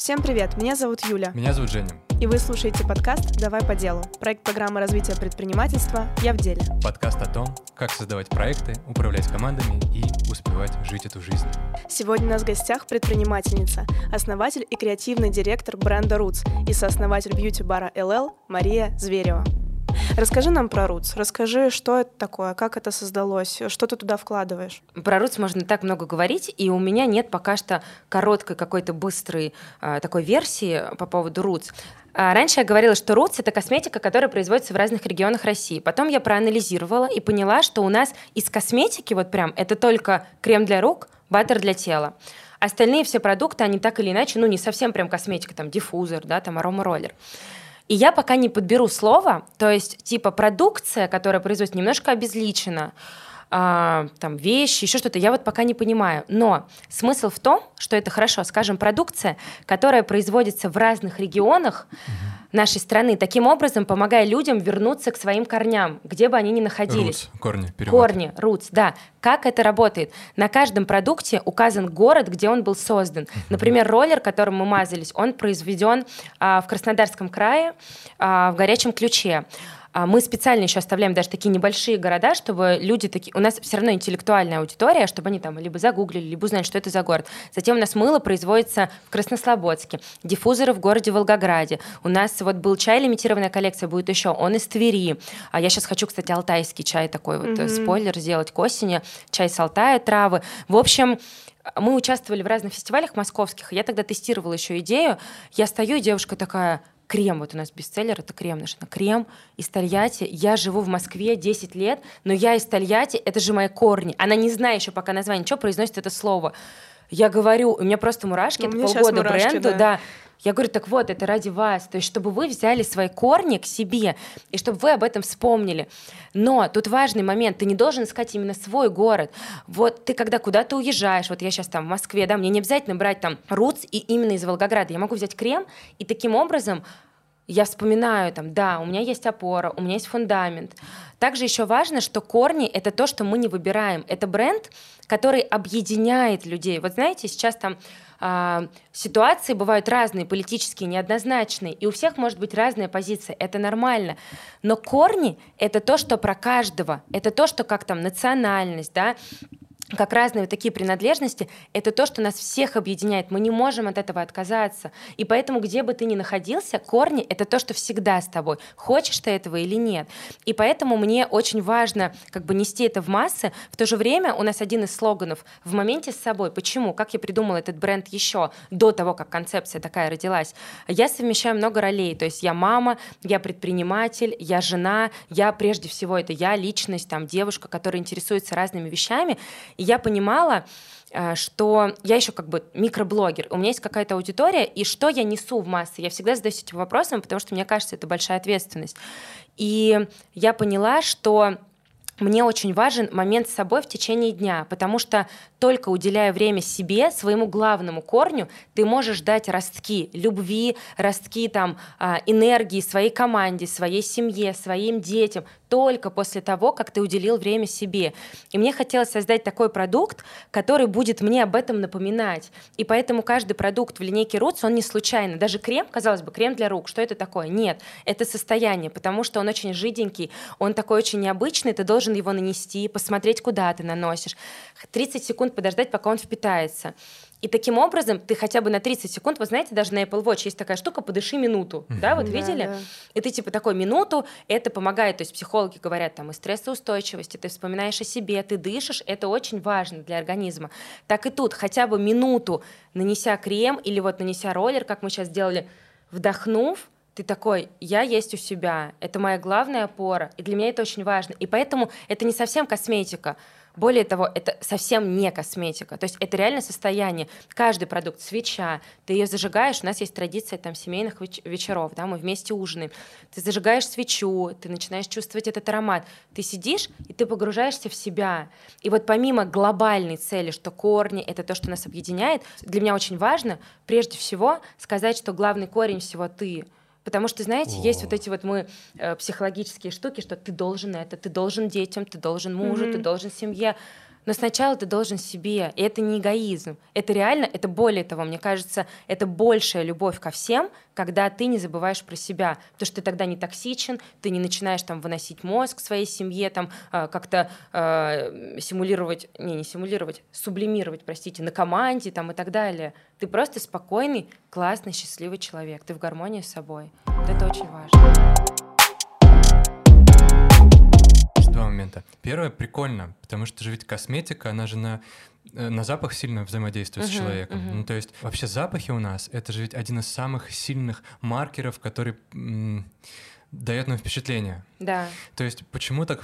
Всем привет, меня зовут Юля. Меня зовут Женя. И вы слушаете подкаст «Давай по делу». Проект программы развития предпринимательства «Я в деле». Подкаст о том, как создавать проекты, управлять командами и успевать жить эту жизнь. Сегодня у нас в гостях предпринимательница, основатель и креативный директор бренда Roots и сооснователь бьюти-бара LL Мария Зверева. Расскажи нам про Roots. Расскажи, что это такое, как это создалось, что ты туда вкладываешь. Про Roots можно так много говорить, и у меня нет пока что короткой какой-то быстрой такой версии по поводу Roots. Раньше я говорила, что Roots — это косметика, которая производится в разных регионах России. Потом я проанализировала и поняла, что у нас из косметики вот прям это только крем для рук, баттер для тела. Остальные все продукты, они так или иначе, не совсем прям косметика, там диффузор, да, там аромароллер. И я пока не подберу слово, то есть типа продукция, которая производится, немножко обезличена, там вещи, еще что-то, я вот пока не понимаю. Но смысл в том, что это хорошо, скажем, продукция, которая производится в разных регионах нашей страны, таким образом помогая людям вернуться к своим корням, где бы они ни находились. Roots, корни, перевод. Корни, roots, да. Как это работает? На каждом продукте указан город, где он был создан. Например, роллер, которым мы мазались, он произведен в Краснодарском крае, в Горячем Ключе. Мы специально еще оставляем даже такие небольшие города, чтобы люди такие... У нас все равно интеллектуальная аудитория, чтобы они там либо загуглили, либо узнали, что это за город. Затем у нас мыло производится в Краснослободске, диффузоры в городе Волгограде. У нас вот был чай, лимитированная коллекция будет еще, он из Твери. Я сейчас хочу, кстати, алтайский чай такой вот, спойлер сделать к осени. Чай с Алтая, травы. В общем... Мы участвовали в разных фестивалях московских, и я тогда тестировала еще идею. Я стою, и девушка такая... Крем, вот у нас бестселлер, это крем наш, крем из Тольятти. Я живу в Москве 10 лет, но я из Тольятти, это же мои корни. Она не знает еще пока название, что произносит это слово. Я говорю, у меня просто мурашки, это полгода бренду, да. Я говорю, так вот, это ради вас, то есть чтобы вы взяли свои корни к себе, и чтобы вы об этом вспомнили. Но тут важный момент, ты не должен искать именно свой город. Вот ты когда куда-то уезжаешь, вот я сейчас там в Москве, да, мне не обязательно брать там Roots и именно из Волгограда, я могу взять крем, и таким образом я вспоминаю, там, да, у меня есть опора, у меня есть фундамент. Также еще важно, что корни — это то, что мы не выбираем. Это бренд, который объединяет людей. Вот знаете, сейчас там ситуации бывают разные, политические, неоднозначные, и у всех может быть разная позиция, это нормально. Но корни — это то, что про каждого, это то, что как там национальность, да, как разные вот такие принадлежности, это то, что нас всех объединяет. Мы не можем от этого отказаться. И поэтому, где бы ты ни находился, корни — это то, что всегда с тобой. Хочешь ты этого или нет. И поэтому мне очень важно как бы нести это в массы. В то же время у нас один из слоганов «В моменте с собой». Почему? Как я придумала этот бренд еще до того, как концепция такая родилась? Я совмещаю много ролей. То есть я мама, я предприниматель, я жена, я прежде всего это я, личность, там, девушка, которая интересуется разными вещами. И я понимала, что я еще как бы микроблогер, у меня есть какая-то аудитория, и что я несу в массы? Я всегда задаюсь этим вопросом, потому что мне кажется, это большая ответственность. И я поняла, что мне очень важен момент с собой в течение дня, потому что только уделяя время себе, своему главному корню, ты можешь дать ростки любви, ростки там, энергии своей команде, своей семье, своим детям, только после того, как ты уделил время себе. И мне хотелось создать такой продукт, который будет мне об этом напоминать. И поэтому каждый продукт в линейке Roots, он не случайно. Даже крем, казалось бы, крем для рук, что это такое? Нет, это состояние, потому что он очень жиденький, он такой очень необычный, ты должен его нанести, посмотреть, куда ты наносишь, 30 секунд подождать, пока он впитается. И таким образом ты хотя бы на 30 секунд, вы знаете, даже на Apple Watch есть такая штука «подыши минуту», да, вот видели? Да. И ты типа такой минуту, это помогает, то есть психологи говорят там и стрессоустойчивости, ты вспоминаешь о себе, ты дышишь, это очень важно для организма. Так и тут хотя бы минуту, нанеся крем или вот нанеся роллер, как мы сейчас сделали, вдохнув, ты такой, я есть у себя, это моя главная опора, и для меня это очень важно. И поэтому это не совсем косметика. Более того, это совсем не косметика. То есть это реально состояние. Каждый продукт, свеча, ты ее зажигаешь, у нас есть традиция там, семейных вечеров, да, мы вместе ужинаем. Ты зажигаешь свечу, ты начинаешь чувствовать этот аромат. Ты сидишь, и ты погружаешься в себя. И вот помимо глобальной цели, что корни — это то, что нас объединяет, для меня очень важно прежде всего сказать, что главный корень всего — ты. Потому что, знаете, есть вот эти вот мы психологические штуки, что ты должен это, ты должен детям, ты должен мужу, ты должен семье. Но сначала ты должен себе, и это не эгоизм, это реально, это более того, мне кажется, это большая любовь ко всем, когда ты не забываешь про себя, потому что ты тогда не токсичен, ты не начинаешь там выносить мозг своей семье, там как-то сублимировать, простите, на команде там и так далее. Ты просто спокойный, классный, счастливый человек, ты в гармонии с собой. Вот это очень важно. Два момента. Первое, прикольно, потому что же ведь косметика, она же на запах сильно взаимодействует с человеком. Ну, то есть вообще запахи у нас — это же ведь один из самых сильных маркеров, который дает нам впечатление. Да. То есть почему так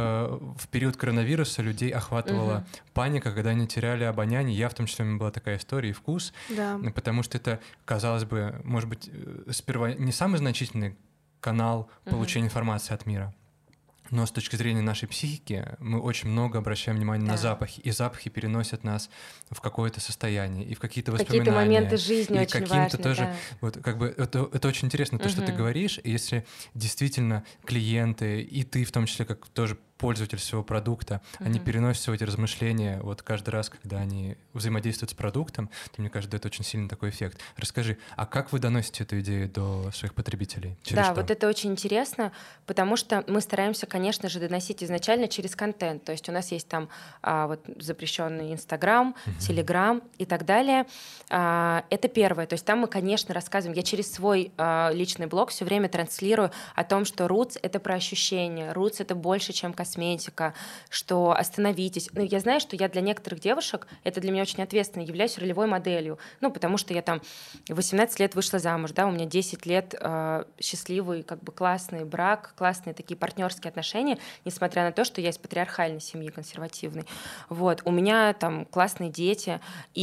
в период коронавируса людей охватывала паника, когда они теряли обоняние? Я в том числе, у меня была такая история и вкус, потому что это, казалось бы, может быть, сперва не самый значительный канал получения информации от мира. Но с точки зрения нашей психики мы очень много обращаем внимание на запахи, и запахи переносят нас в какое-то состояние и в какие-то воспоминания. Какие-то моменты жизни и очень каким-то важны, тоже, вот как бы это очень интересно, то, что ты говоришь, и если действительно клиенты, и ты в том числе как тоже пользователь своего продукта, они переносят все эти размышления вот каждый раз, когда они взаимодействуют с продуктом, то, мне кажется, это очень сильный такой эффект. Расскажи, а как вы доносите эту идею до своих потребителей? Через что? Вот это очень интересно, потому что мы стараемся, конечно же, доносить изначально через контент. То есть у нас есть там вот запрещенный Инстаграм, Телеграм и так далее. Это первое. То есть там мы, конечно, рассказываем. Я через свой личный блог все время транслирую о том, что Roots — это про ощущения, Roots — это больше, чем косметика, что остановитесь. Ну, я знаю, что я для некоторых девушек, это для меня очень ответственно, являюсь ролевой моделью. Ну, потому что я там 18 лет вышла замуж, да, у меня 10 лет счастливый, как бы классный брак, классные такие партнерские отношения, несмотря на то, что я из патриархальной семьи, консервативной. Вот, у меня там классные дети,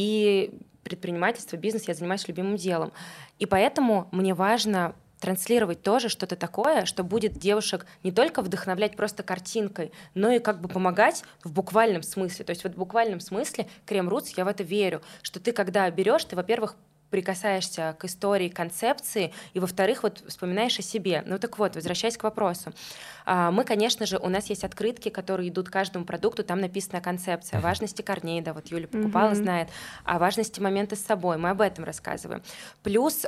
и предпринимательство, бизнес, я занимаюсь любимым делом. И поэтому мне важно транслировать тоже что-то такое, что будет девушек не только вдохновлять просто картинкой, но и как бы помогать в буквальном смысле. То есть вот в буквальном смысле Крем Roots, я в это верю, что ты когда берешь, ты, во-первых, прикасаешься к истории, концепции, и, во-вторых, вот вспоминаешь о себе. Ну так вот, возвращаясь к вопросу. Мы, конечно же, у нас есть открытки, которые идут к каждому продукту, там написана концепция о важности корней, да, вот Юля покупала, знает, о важности момента с собой, мы об этом рассказываем. Плюс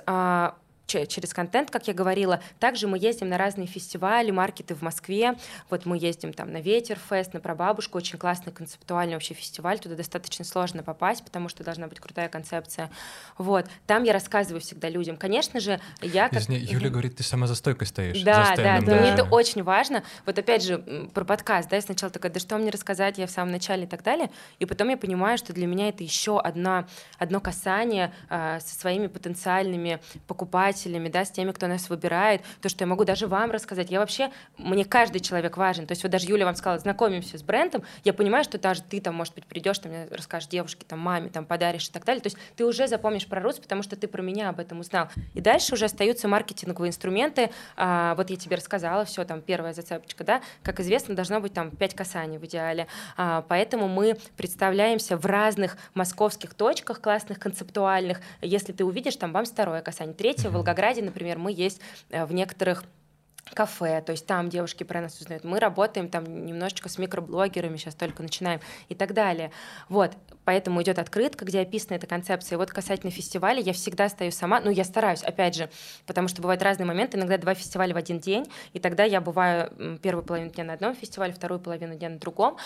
через контент, как я говорила. Также мы ездим на разные фестивали, маркеты в Москве. Вот мы ездим там на Ветерфест, на Прабабушку, очень классный концептуальный вообще фестиваль. Туда достаточно сложно попасть, потому что должна быть крутая концепция. Вот. Там я рассказываю всегда людям. Конечно же, я... Юля говорит, ты сама за стойкой стоишь. Да, мне это очень важно. Вот опять же, про подкаст, да, я сначала такая, да что мне рассказать, я в самом начале и так далее. И потом я понимаю, что для меня это еще одно касание со своими потенциальными покупателями, да, с теми, кто нас выбирает, то, что я могу даже вам рассказать. Мне каждый человек важен. То есть вот даже Юля вам сказала, знакомимся с брендом, я понимаю, что даже ты там, может быть, придешь, ты мне расскажешь девушке, там, маме, там, подаришь и так далее. То есть ты уже запомнишь про Roots, потому что ты про меня об этом узнал. И дальше уже остаются маркетинговые инструменты. Вот я тебе рассказала, все, там, первая зацепочка, да, как известно, должно быть там 5 касаний в идеале. Поэтому мы представляемся в разных московских точках классных, концептуальных. Если ты увидишь, там, вам второе касание, третье, в Волгограде, например, мы есть в некоторых кафе, то есть там девушки про нас узнают. Мы работаем там немножечко с микроблогерами, сейчас только начинаем и так далее. Вот, поэтому идет открытка, где описана эта концепция. И вот касательно фестиваля я всегда стою сама, я стараюсь, опять же, потому что бывают разные моменты, иногда 2 фестиваля в один день, и тогда я бываю первую половину дня на одном фестивале, вторую половину дня на другом.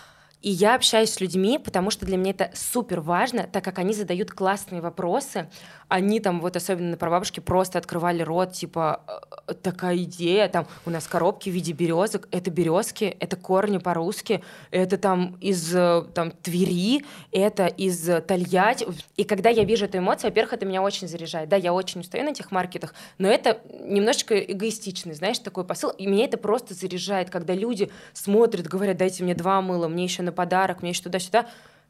И я общаюсь с людьми, потому что для меня это супер важно, так как они задают классные вопросы. Они там, вот особенно на Прабабушке, просто открывали рот, типа, такая идея, там у нас коробки в виде березок, это березки, это корни по-русски, это там из там, Твери, это из Тольятти. И когда я вижу эту эмоцию, во-первых, это меня очень заряжает. Да, я очень устаю на этих маркетах, но это немножечко эгоистичный, знаешь, такой посыл. И меня это просто заряжает, когда люди смотрят, говорят, дайте мне 2 мыла, мне еще на подарок, мне еще туда-сюда.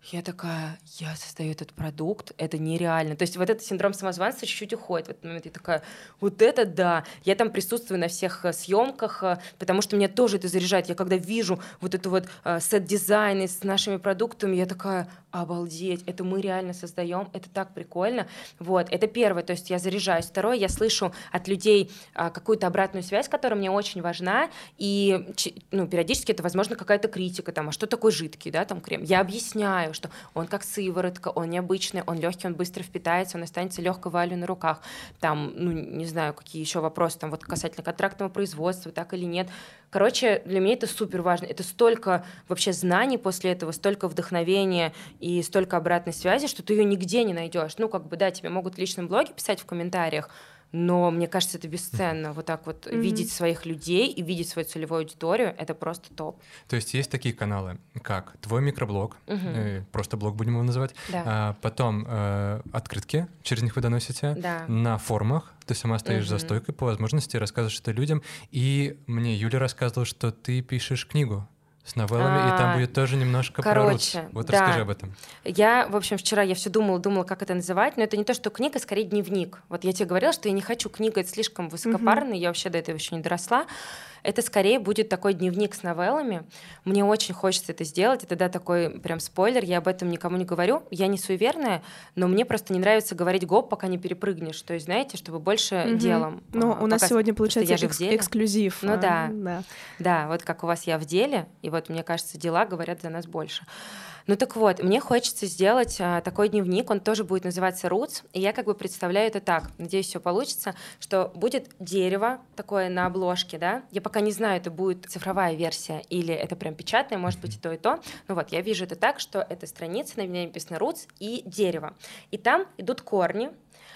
Я такая, я создаю этот продукт, это нереально. То есть вот этот синдром самозванца чуть-чуть уходит в этот момент. Я такая, вот это да. Я там присутствую на всех съемках, потому что меня тоже это заряжает. Я когда вижу вот эту вот сет-дизайн с нашими продуктами, я такая, обалдеть, это мы реально создаем, это так прикольно. Вот, это первое, то есть я заряжаюсь. Второе, я слышу от людей какую-то обратную связь, которая мне очень важна, и периодически это, возможно, какая-то критика, там, а что такое жидкий, да, там крем. Я объясняю, что он как сыворотка, он необычный, он легкий, он быстро впитается, он останется легкой вуалью на руках. Там, не знаю, какие еще вопросы, там, вот касательно контрактного производства, так или нет. Короче, для меня это супер важно. Это столько вообще знаний после этого, столько вдохновения и столько обратной связи, что ты ее нигде не найдешь. Да, тебе могут в личном блоге писать в комментариях, но мне кажется, это бесценно. Вот так вот видеть своих людей и видеть свою целевую аудиторию, это просто топ. То есть есть такие каналы, как твой микроблог, просто блог будем его называть, да. Потом открытки, через них вы доносите, да. на форумах, ты сама стоишь за стойкой, по возможности рассказываешь это людям, и мне Юля рассказывала, что ты пишешь книгу с новеллами, и там будет тоже немножко про Рутс. Вот да. Расскажи об этом. Я, в общем, вчера я все думала, как это называть, но это не то, что книга, скорее дневник. Вот я тебе говорила, что я не хочу книгу, это слишком высокопарно, я вообще до этого еще не доросла. Это скорее будет такой дневник с новеллами. Мне очень хочется это сделать. Это, да, такой прям спойлер, я об этом никому не говорю. Я не суеверная, но мне просто не нравится говорить гоп, пока не перепрыгнешь. То есть, знаете, чтобы больше делом. Но у нас сегодня получается эксклюзив. Ну да. Да, вот как у вас я в деле, и вот мне кажется, дела говорят за нас больше. Ну так вот, мне хочется сделать такой дневник, он тоже будет называться Roots, и я как бы представляю это так, надеюсь, все получится, что будет дерево такое на обложке, да, я пока не знаю, это будет цифровая версия или это прям печатная, может быть и то, и то, ну вот, я вижу это так, что это страница, на ней написано Roots и дерево, и там идут корни.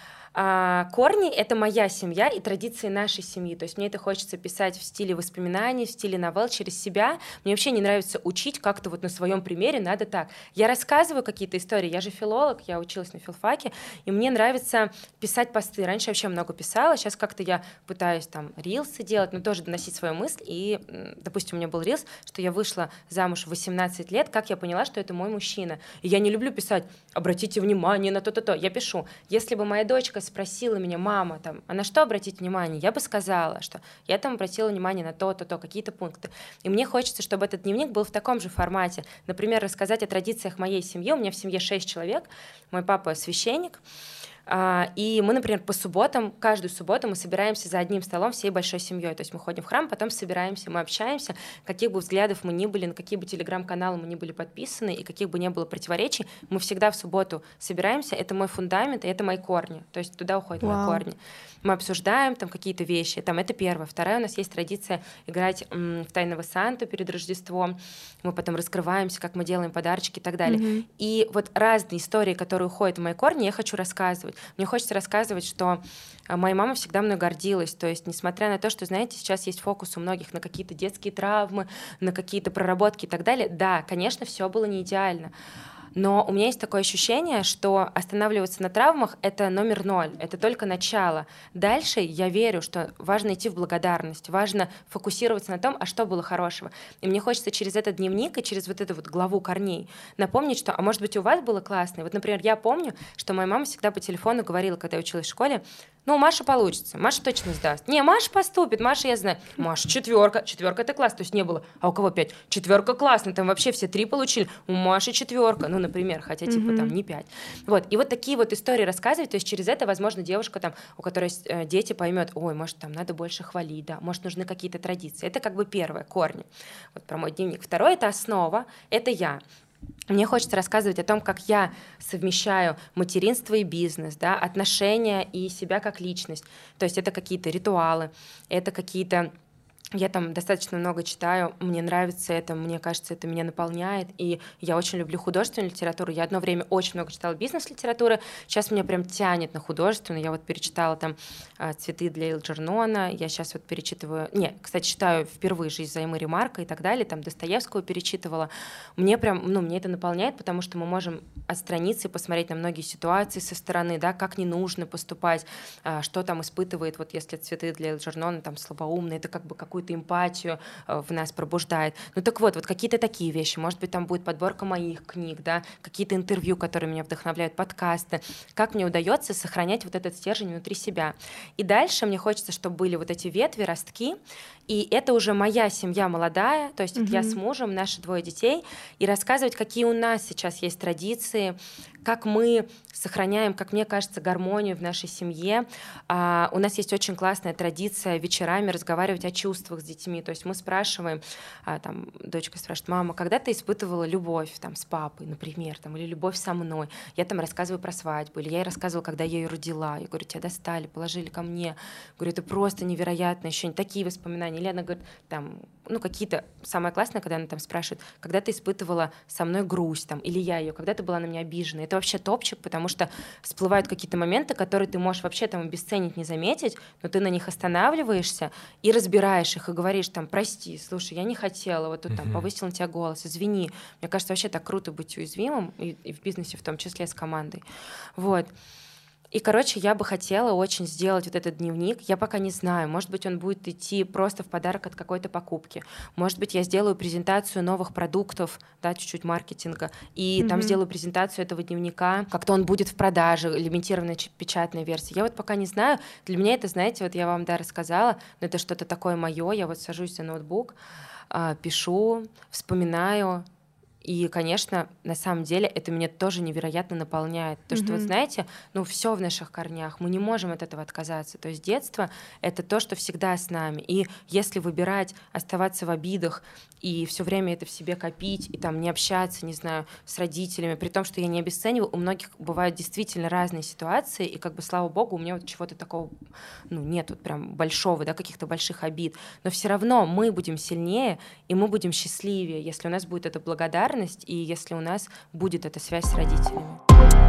Корни — это моя семья и традиции нашей семьи. То есть мне это хочется писать в стиле воспоминаний, в стиле новелл через себя. Мне вообще не нравится учить как-то вот на своем примере, надо так. Я рассказываю какие-то истории, я же филолог, я училась на филфаке, и мне нравится писать посты. Раньше я вообще много писала, сейчас как-то я пытаюсь там рилсы делать, но тоже доносить свою мысль. И, допустим, у меня был рилс, что я вышла замуж в 18 лет, как я поняла, что это мой мужчина. И я не люблю писать «обратите внимание на то-то-то». Я пишу «если бы моя дочка спросила меня, мама, там, а на что обратить внимание?» Я бы сказала, что я там обратила внимание на то-то-то, какие-то пункты. И мне хочется, чтобы этот дневник был в таком же формате. Например, рассказать о традициях моей семьи. У меня в семье 6 человек. Мой папа священник. И мы, например, по субботам, каждую субботу мы собираемся за одним столом всей большой семьей. То есть мы ходим в храм, потом собираемся, мы общаемся, каких бы взглядов мы ни были, на какие бы телеграм-каналы мы ни были подписаны, и каких бы ни было противоречий, мы всегда в субботу собираемся. Это мой фундамент, и это мои корни. То есть туда уходят мои корни. Мы обсуждаем там какие-то вещи. Там это первое. Второе, у нас есть традиция играть в Тайного Санту перед Рождеством. Мы потом раскрываемся, как мы делаем подарочки и так далее. И вот разные истории, которые уходят в мои корни, я хочу рассказывать. Мне хочется рассказывать, что моя мама всегда мной гордилась. То есть, несмотря на то, что, знаете, сейчас есть фокус у многих на какие-то детские травмы, на какие-то проработки и так далее. Да, конечно, все было не идеально. Но у меня есть такое ощущение, что останавливаться на травмах — это номер 0, это только начало. Дальше я верю, что важно идти в благодарность, важно фокусироваться на том, а что было хорошего. И мне хочется через этот дневник и через вот эту вот главу корней напомнить, что, а может быть, у вас было классно. Вот, например, я помню, что моя мама всегда по телефону говорила, когда я училась в школе, ну, Маша получится, Маша точно сдаст. Не, Маша поступит, Маша, я знаю. Маша, 4, 4 это класс, то есть не было. А у кого 5? 4 классно, там вообще все 3 получили. У Маши 4, ну, например, хотя типа там не 5. Вот, и вот такие вот истории рассказывать, то есть через это, возможно, девушка там, у которой дети поймет, ой, может, там надо больше хвалить, да, может, нужны какие-то традиции. Это как бы первое, корни. Вот про мой дневник. Второе — это основа, это я. Мне хочется рассказывать о том, как я совмещаю материнство и бизнес, да, отношения и себя как личность. То есть это какие-то ритуалы, это какие-то... Я там достаточно много читаю, мне нравится это, мне кажется, это меня наполняет, и я очень люблю художественную литературу. Я одно время очень много читала бизнес-литературы, сейчас меня прям тянет на художественную. Я вот перечитала там «Цветы для Элджернона», я сейчас вот перечитываю... кстати, читаю впервые «Жизнь взаймы Ремарка» и так далее, там Достоевского перечитывала. Мне прям, мне это наполняет, потому что мы можем отстраниться и посмотреть на многие ситуации со стороны, да, как не нужно поступать, что там испытывает, вот если «Цветы для Элджернона», там слабоумные, это как бы какую какую-то эмпатию в нас пробуждает. Ну так вот какие-то такие вещи. Может быть, там будет подборка моих книг, да, какие-то интервью, которые меня вдохновляют, подкасты. Как мне удается сохранять вот этот стержень внутри себя. И дальше мне хочется, чтобы были вот эти ветви, ростки, и это уже моя семья молодая, то есть я с мужем, наши 2 детей, и рассказывать, какие у нас сейчас есть традиции, как мы сохраняем, как мне кажется, гармонию в нашей семье. У нас есть очень классная традиция вечерами разговаривать о чувствах с детьми. То есть мы спрашиваем, там, дочка спрашивает: мама, когда ты испытывала любовь там, с папой, например, там, или любовь со мной? Я там рассказываю про свадьбу, или я ей рассказывала, когда я ее родила. Я говорю: тебя достали, положили ко мне. Говорю: это просто невероятно, еще не такие воспоминания. Или она говорит, там, какие-то, самое классное, когда она там спрашивает, когда ты испытывала со мной грусть, там, или я ее, когда ты была на меня обижена. Это вообще топчик, потому что всплывают какие-то моменты, которые ты можешь вообще там обесценить, не заметить, но ты на них останавливаешься и разбираешь их, и говоришь там: прости, слушай, я не хотела, вот тут там повысил на тебя голос, извини. Мне кажется, вообще так круто быть уязвимым, и в бизнесе в том числе с командой. Вот. И, короче, я бы хотела очень сделать вот этот дневник. Я пока не знаю. Может быть, он будет идти просто в подарок от какой-то покупки. Может быть, я сделаю презентацию новых продуктов, да, чуть-чуть маркетинга, и там сделаю презентацию этого дневника. Как-то он будет в продаже, лимитированная печатная версия. Я вот пока не знаю. Для меня это, знаете, вот я вам, да, рассказала, но это что-то такое мое. Я вот сажусь за ноутбук, пишу, вспоминаю. И, конечно, на самом деле это меня тоже невероятно наполняет. Потому что, вот знаете, все в наших корнях, мы не можем от этого отказаться. То есть детство — это то, что всегда с нами. И если выбирать оставаться в обидах и все время это в себе копить, и там не общаться, не знаю, с родителями, при том, что я не обесцениваю, у многих бывают действительно разные ситуации, и как бы, слава богу, у меня вот чего-то такого, нет вот прям большого, да, каких-то больших обид. Но все равно мы будем сильнее, и мы будем счастливее, если у нас будет эта благодарность, и если у нас будет эта связь с родителями.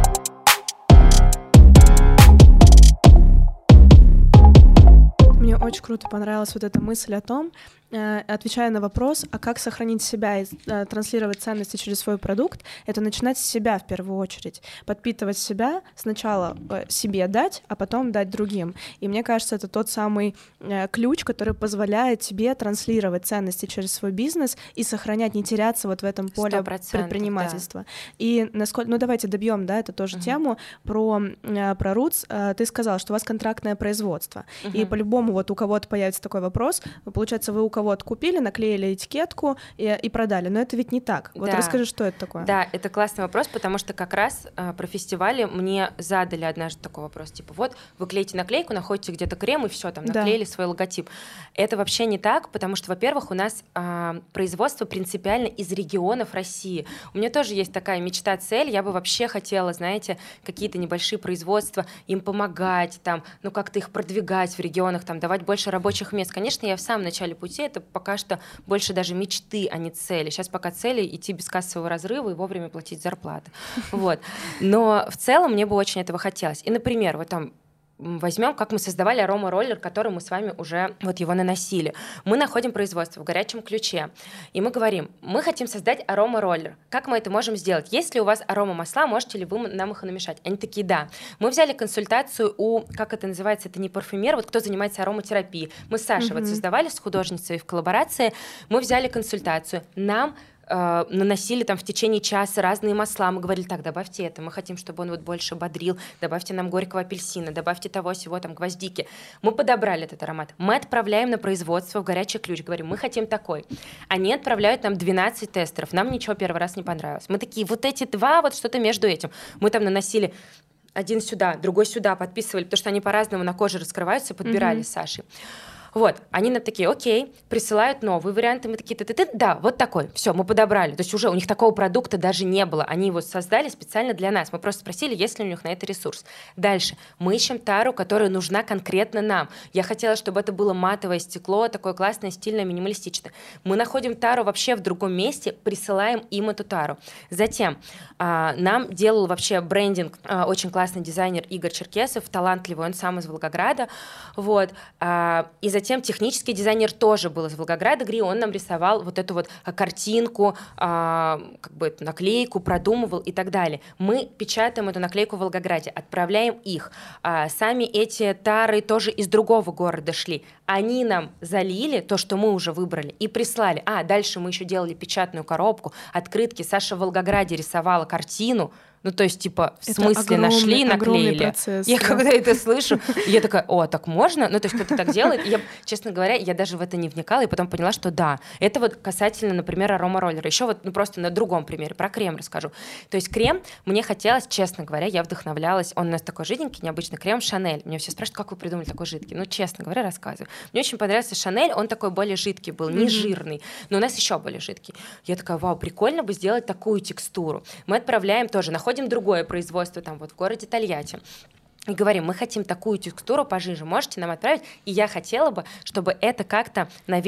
Мне очень круто понравилась вот эта мысль о том, отвечая на вопрос, а как сохранить себя и транслировать ценности через свой продукт, это начинать с себя в первую очередь, подпитывать себя, сначала себе дать, а потом дать другим. И мне кажется, это тот самый ключ, который позволяет тебе транслировать ценности через свой бизнес и сохранять, не теряться вот в этом поле предпринимательства. Да. И насколько, давайте добьем, да, это тоже тему про Roots. Ты сказала, что у вас контрактное производство, и по-любому вот у кого-то появится такой вопрос, получается, вы у кого-то купили, наклеили этикетку и продали, но это ведь не так. Вот расскажи, что это такое. Да, это классный вопрос, потому что как раз про фестивали мне задали однажды такой вопрос, типа, вот вы клеите наклейку, находите где-то крем, и все, там наклеили свой логотип. Это вообще не так, потому что, во-первых, у нас производство принципиально из регионов России. У меня тоже есть такая мечта, цель, я бы вообще хотела, знаете, какие-то небольшие производства, им помогать, там, как-то их продвигать в регионах, там, давать больше рабочих мест. Конечно, я в самом начале пути, это пока что больше даже мечты, а не цели. Сейчас пока цели идти без кассового разрыва и вовремя платить зарплаты. Вот. Но в целом мне бы очень этого хотелось. И, например, вот там возьмем, как мы создавали арома-роллер, который мы с вами уже вот его наносили. Мы находим производство в горячем ключе, и мы говорим, мы хотим создать арома-роллер. Как мы это можем сделать? Есть ли у вас арома-масла, можете ли вы нам их намешать? Они такие, да. Мы взяли консультацию у, как это называется, это не парфюмер, вот кто занимается ароматерапией. Мы с Сашей вот создавали с художницей в коллаборации, мы взяли консультацию, нам наносили там в течение часа разные масла, мы говорили, так, добавьте это, мы хотим, чтобы он вот больше бодрил, добавьте нам горького апельсина, добавьте того, сего, там, гвоздики. Мы подобрали этот аромат, мы отправляем на производство в горячий ключ, говорим, мы хотим такой. Они отправляют нам 12 тестеров, нам ничего первый раз не понравилось. Мы такие, вот эти два, вот что-то между этим. Мы там наносили один сюда, другой сюда, подписывали, потому что они по-разному на коже раскрываются, подбирали с Сашей. Вот, они нам такие, окей, присылают новые варианты, мы такие, да, вот такой, все, мы подобрали. То есть уже у них такого продукта даже не было, они его создали специально для нас. Мы просто спросили, есть ли у них на это ресурс. Дальше, мы ищем тару, которая нужна конкретно нам. Я хотела, чтобы это было матовое стекло, такое классное, стильное, минималистичное. Мы находим тару вообще в другом месте, присылаем им эту тару. Затем нам делал вообще брендинг очень классный дизайнер Игорь Черкесов, талантливый, он сам из Волгограда. Вот, и затем технический дизайнер тоже был из Волгограда, он нам рисовал вот эту вот картинку, как бы эту наклейку, продумывал и так далее. Мы печатаем эту наклейку в Волгограде, отправляем их. Сами эти тары тоже из другого города шли. Они нам залили то, что мы уже выбрали, и прислали. Дальше мы еще делали печатную коробку, открытки. Саша в Волгограде рисовала картину. Ну, то есть, типа, в смысле нашли, наклеили. Процесс, я когда это слышу, я такая, так можно? Ну, то есть, кто-то так делает. Я, честно говоря, я даже в это не вникала, и потом поняла, что да. Это вот касательно, например, аромароллера. Еще вот просто на другом примере, про крем расскажу. То есть крем мне хотелось, честно говоря, я вдохновлялась. Он у нас такой жиденький, необычный крем Шанель. Меня все спрашивают, как вы придумали такой жидкий? Ну, честно говоря, рассказываю. Мне очень понравился Шанель, он такой более жидкий был, не жирный, но у нас еще более жидкий. Я такая, вау, прикольно бы сделать такую текстуру. Мы отправляем тоже, находим другое производство там вот в городе Тольятти. И говорим, мы хотим такую текстуру пожиже, можете нам отправить? И я хотела бы, чтобы это как-то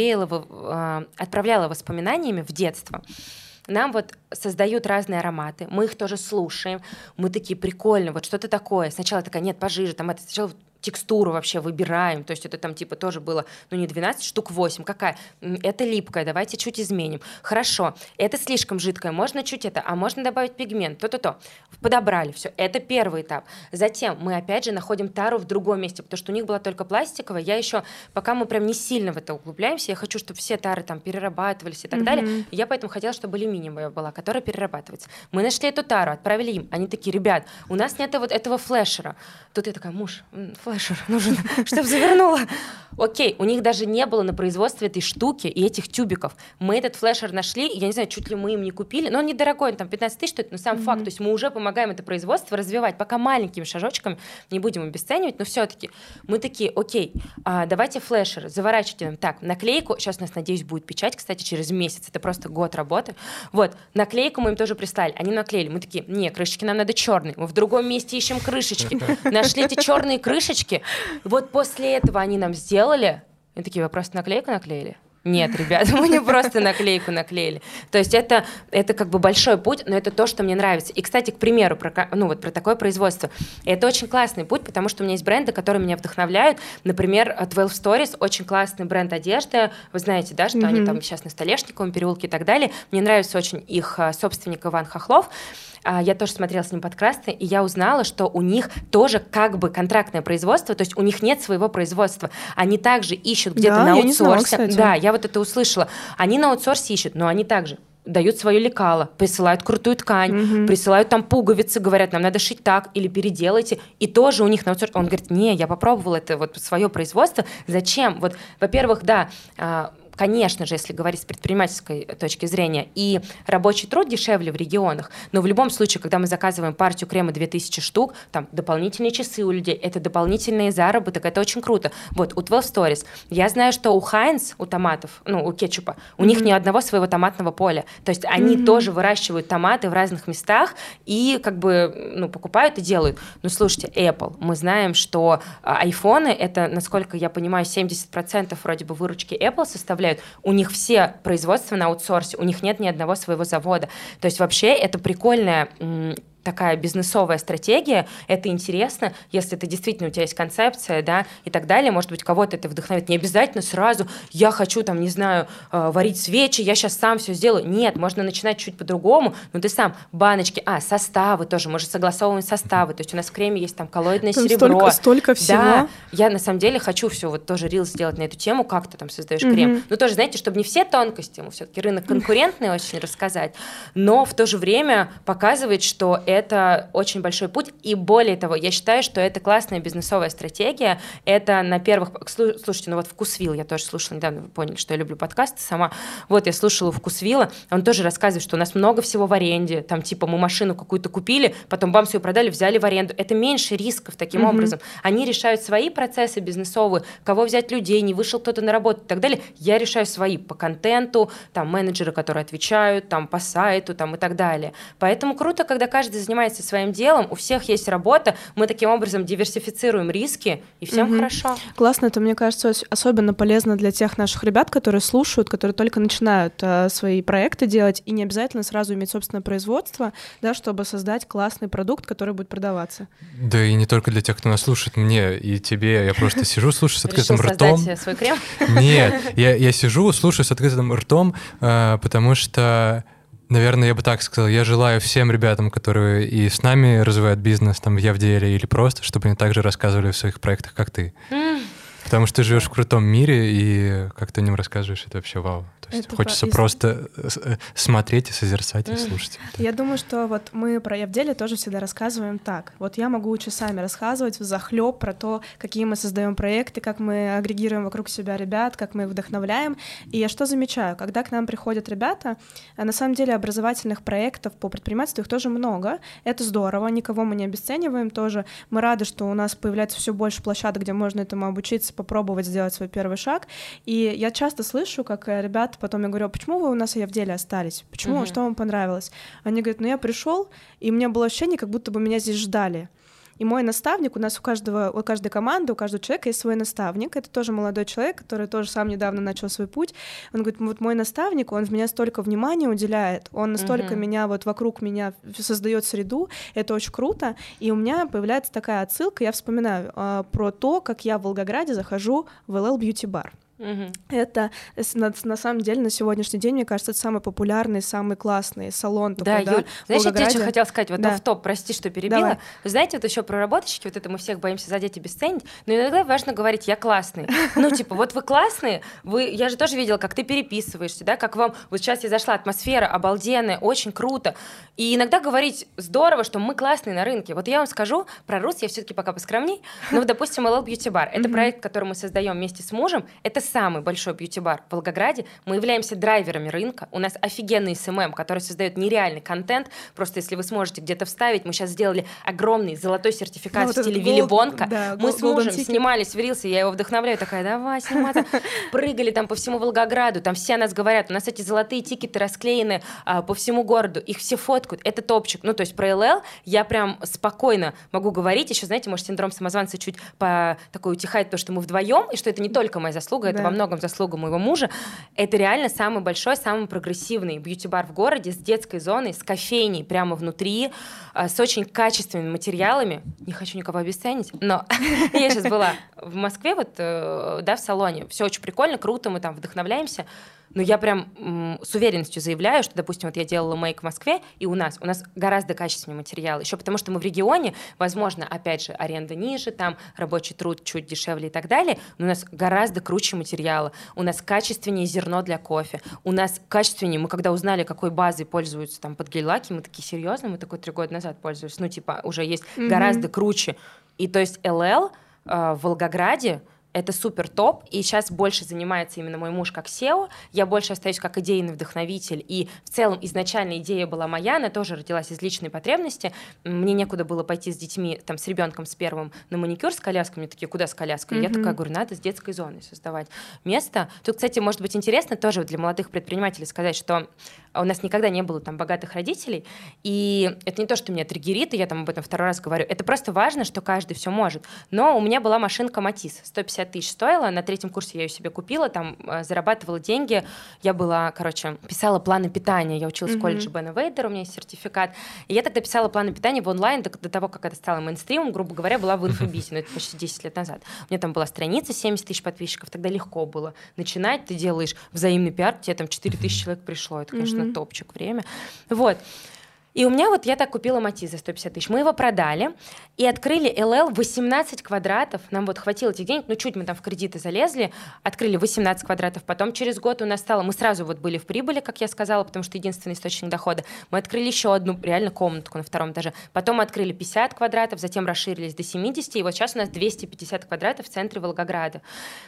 навеяло, отправляло воспоминаниями в детство. Нам вот создают разные ароматы, мы их тоже слушаем, мы такие, прикольно, вот что-то такое. Сначала такая, нет, пожиже, там это, сначала текстуру вообще выбираем, то есть это там типа тоже было, не 12 штук, 8, какая? Это липкая, давайте чуть изменим. Хорошо, это слишком жидкое, можно чуть это, а можно добавить пигмент, то-то-то. Подобрали, все, это первый этап. Затем мы опять же находим тару в другом месте, потому что у них была только пластиковая, я еще, пока мы прям не сильно в это углубляемся, я хочу, чтобы все тары там перерабатывались и так далее, и я поэтому хотела, чтобы алюминиевая была, которая перерабатывается. Мы нашли эту тару, отправили им, они такие, ребят, у нас нет вот этого флешера. Тут я такая, муж, флешер нужен, чтобы завернула. Окей, у них даже не было на производстве этой штуки и этих тюбиков. Мы этот флешер нашли, я не знаю, чуть ли мы им не купили, но он недорогой, он там 15 тысяч стоит, но сам факт, то есть мы уже помогаем это производство развивать, пока маленькими шажочками, не будем обесценивать, но все-таки мы такие, окей, давайте флешер, заворачивайте нам так, наклейку, сейчас у нас, надеюсь, будет печать, кстати, через месяц, это просто год работы, вот, наклейку мы им тоже прислали, они наклеили, мы такие, не, крышечки нам надо черные, мы в другом месте ищем крышечки, нашли эти черные крышечки, вот после этого они нам сделали, и такие, вы просто наклейку наклеили? Нет, ребят, мы не просто наклейку наклеили. То есть это как бы большой путь, но это то, что мне нравится. И, кстати, к примеру, про такое производство. Это очень классный путь, потому что у меня есть бренды, которые меня вдохновляют. Например, 12 Stories, очень классный бренд одежды. Вы знаете, да, что они там сейчас на Столешниковом переулке и так далее. Мне нравится очень их собственник Иван Хохлов. Я тоже смотрела с ним подкасты, и я узнала, что у них тоже как бы контрактное производство, то есть у них нет своего производства. Они также ищут где-то на аутсорсе. Да, я вот это услышала. Они на аутсорсе ищут, но они также дают свое лекало, присылают крутую ткань, присылают там пуговицы, говорят, нам надо шить так, или переделайте. И тоже у них на аутсорсе. Он говорит, не, я попробовал это вот свое производство. Зачем? Вот, во-первых, да, конечно же, если говорить с предпринимательской точки зрения, и рабочий труд дешевле в регионах, но в любом случае, когда мы заказываем партию крема 2000 штук, там дополнительные часы у людей, это дополнительный заработок, это очень круто. Вот, у 12 Stories, я знаю, что у Хайнц, у томатов, у кетчупа, у них ни одного своего томатного поля, то есть они тоже выращивают томаты в разных местах и как бы, покупают и делают. Но слушайте, Apple, мы знаем, что айфоны, это, насколько я понимаю, 70% вроде бы выручки Apple составляют. У них все производства на аутсорсе, у них нет ни одного своего завода. То есть вообще это прикольная такая бизнесовая стратегия, это интересно, если это действительно у тебя есть концепция, да, и так далее, может быть, кого-то это вдохновит. Не обязательно сразу я хочу, там, не знаю, варить свечи, я сейчас сам все сделаю. Нет, можно начинать чуть по-другому, но ты сам баночки, составы тоже, мы же согласовываем составы, то есть у нас в креме есть там коллоидное серебро. Столько всего. Да, я на самом деле хочу все вот тоже рилс сделать на эту тему, как ты там создаешь крем. Но тоже, знаете, чтобы не все тонкости, ему все-таки рынок конкурентный очень рассказать, но в то же время показывает, что это очень большой путь, и более того, я считаю, что это классная бизнесовая стратегия, это на первых... Слушайте, вот Вкусвилл, я тоже слушала недавно, вы поняли, что я люблю подкасты сама, вот я слушала Вкусвилла, он тоже рассказывает, что у нас много всего в аренде, там типа мы машину какую-то купили, потом бамс ее продали, взяли в аренду, это меньше рисков таким образом, они решают свои процессы бизнесовые, кого взять людей, не вышел кто-то на работу и так далее, я решаю свои по контенту, там менеджеры, которые отвечают, там по сайту, там и так далее, поэтому круто, когда каждый каждый занимается своим делом, у всех есть работа, мы таким образом диверсифицируем риски, и всем хорошо. Классно, это, мне кажется, особенно полезно для тех наших ребят, которые слушают, которые только начинают свои проекты делать, и не обязательно сразу иметь собственное производство, да, чтобы создать классный продукт, который будет продаваться. Да и не только для тех, кто нас слушает, мне и тебе, я просто сижу, слушаю с открытым ртом. Решил создать свой крем? Нет, я сижу, слушаю с открытым ртом, потому что, наверное, я бы так сказал, я желаю всем ребятам, которые и с нами развивают бизнес, там, в Явделе или просто, чтобы они также рассказывали в своих проектах, как ты. Потому что ты живешь в крутом мире, и как ты о нем рассказываешь, это вообще вау. То есть хочется просто смотреть и созерцать, и слушать. Я думаю, что вот мы про Явделе тоже всегда рассказываем так. Вот я могу часами рассказывать взахлёб про то, какие мы создаем проекты, как мы агрегируем вокруг себя ребят, как мы их вдохновляем. И я что замечаю? Когда к нам приходят ребята, на самом деле образовательных проектов по предпринимательству их тоже много. Это здорово, никого мы не обесцениваем тоже. Мы рады, что у нас появляется все больше площадок, где можно этому обучиться, попробовать сделать свой первый шаг. И я часто слышу, как ребята потом я говорю: почему вы у нас в Явделе остались? Почему? Что вам понравилось? Они говорят: я пришел, и у меня было ощущение, как будто бы меня здесь ждали. И мой наставник, у нас у каждой команды, у каждого человека есть свой наставник. Это тоже молодой человек, который тоже сам недавно начал свой путь. Он говорит: вот мой наставник, он в меня столько внимания уделяет, он настолько меня, вот вокруг меня создает среду, это очень круто. И у меня появляется такая отсылка, я вспоминаю про то, как я в Волгограде захожу в LL Beauty Bar. Это, на самом деле, на сегодняшний день, мне кажется, это самый популярный, самый классный салон. Да, такой, Юль, знаешь, я тебе что хотела сказать, вот офф-топ, прости, что перебила. Давай. Вы знаете, вот еще про работочки, вот это мы всех боимся задеть и обесценить, но иногда важно говорить: я классный. Ну, типа, вот вы классные, я же тоже видела, как ты переписываешься, да, как вам, вот сейчас я зашла, атмосфера обалденная, очень круто. И иногда говорить: здорово, что мы классные на рынке. Вот я вам скажу, про Roots я все-таки пока поскромней, но, допустим, LL Beauty Bar, это проект, который мы создаем вместе с мужем, это самый большой бьюти-бар в Волгограде. Мы являемся драйверами рынка. У нас офигенный СММ, который создает нереальный контент. Просто если вы сможете где-то вставить, мы сейчас сделали огромный золотой сертификат в стиле Вилли Вонка. Да, мы с мужем снимались в Рилсе, я его вдохновляю, такая: давай сниматься. Прыгали там по всему Волгограду, там все о нас говорят. У нас эти золотые тикеты расклеены по всему городу, их все фоткают. Это топчик. Ну, то есть про ЛЛ я прям спокойно могу говорить. Еще, знаете, может, синдром самозванца чуть такой утихает, потому что мы вдвоем, и что это не только моя заслуга, это во многом заслуга моего мужа. Это реально самый большой, самый прогрессивный бьюти-бар в городе с детской зоной, с кофейней прямо внутри, с очень качественными материалами. Не хочу никого обесценить, но я сейчас была в Москве, вот, да, в салоне. Все очень прикольно, круто, мы там вдохновляемся. Но я прям с уверенностью заявляю, что, допустим, вот я делала мейк в Москве, и у нас гораздо качественнее материалы. Еще потому, что мы в регионе, возможно, опять же, аренда ниже, там рабочий труд чуть дешевле и так далее, но у нас гораздо круче материалы, у нас качественнее зерно для кофе, у нас качественнее, мы когда узнали, какой базой пользуются там под гель-лаки, мы такие: серьезно, мы такой 3 года назад пользовались, ну типа уже есть гораздо круче. И то есть ЛЛ в Волгограде это супер топ, и сейчас больше занимается именно мой муж как SEO, я больше остаюсь как идейный вдохновитель, и в целом изначально идея была моя, она тоже родилась из личной потребности, мне некуда было пойти с детьми, там, с ребенком с первым на маникюр с коляской, мне такие: куда с коляской? Я такая говорю: надо с детской зоной создавать место. Тут, кстати, может быть интересно тоже для молодых предпринимателей сказать, что у нас никогда не было там богатых родителей, и это не то, что меня триггерит, и я там об этом 2-й раз говорю, это просто важно, что каждый все может. Но у меня была машинка Матис, 150 тысяч стоила, на 3-м курсе я ее себе купила, там зарабатывала деньги, я была, писала планы питания, я училась в колледже Бена Вейдера, у меня есть сертификат, и я тогда писала планы питания в онлайн до того, как это стало мейнстримом, грубо говоря, была в инфобизе, но это почти 10 лет назад. У меня там была страница, 70 тысяч подписчиков, тогда легко было начинать, ты делаешь взаимный пиар, тебе там 4 тысячи человек пришло, это, конечно, топчик, время. Вот. И у меня вот я так купила Матис за 150 тысяч. Мы его продали и открыли ЛЛ 18 квадратов. Нам вот хватило этих денег, ну чуть мы там в кредиты залезли, открыли 18 квадратов. Потом через год у нас стало, мы сразу вот были в прибыли, как я сказала, потому что единственный источник дохода. Мы открыли еще одну реально комнатку на 2-м этаже. Потом мы открыли 50 квадратов, затем расширились до 70, и вот сейчас у нас 250 квадратов в центре Волгограда.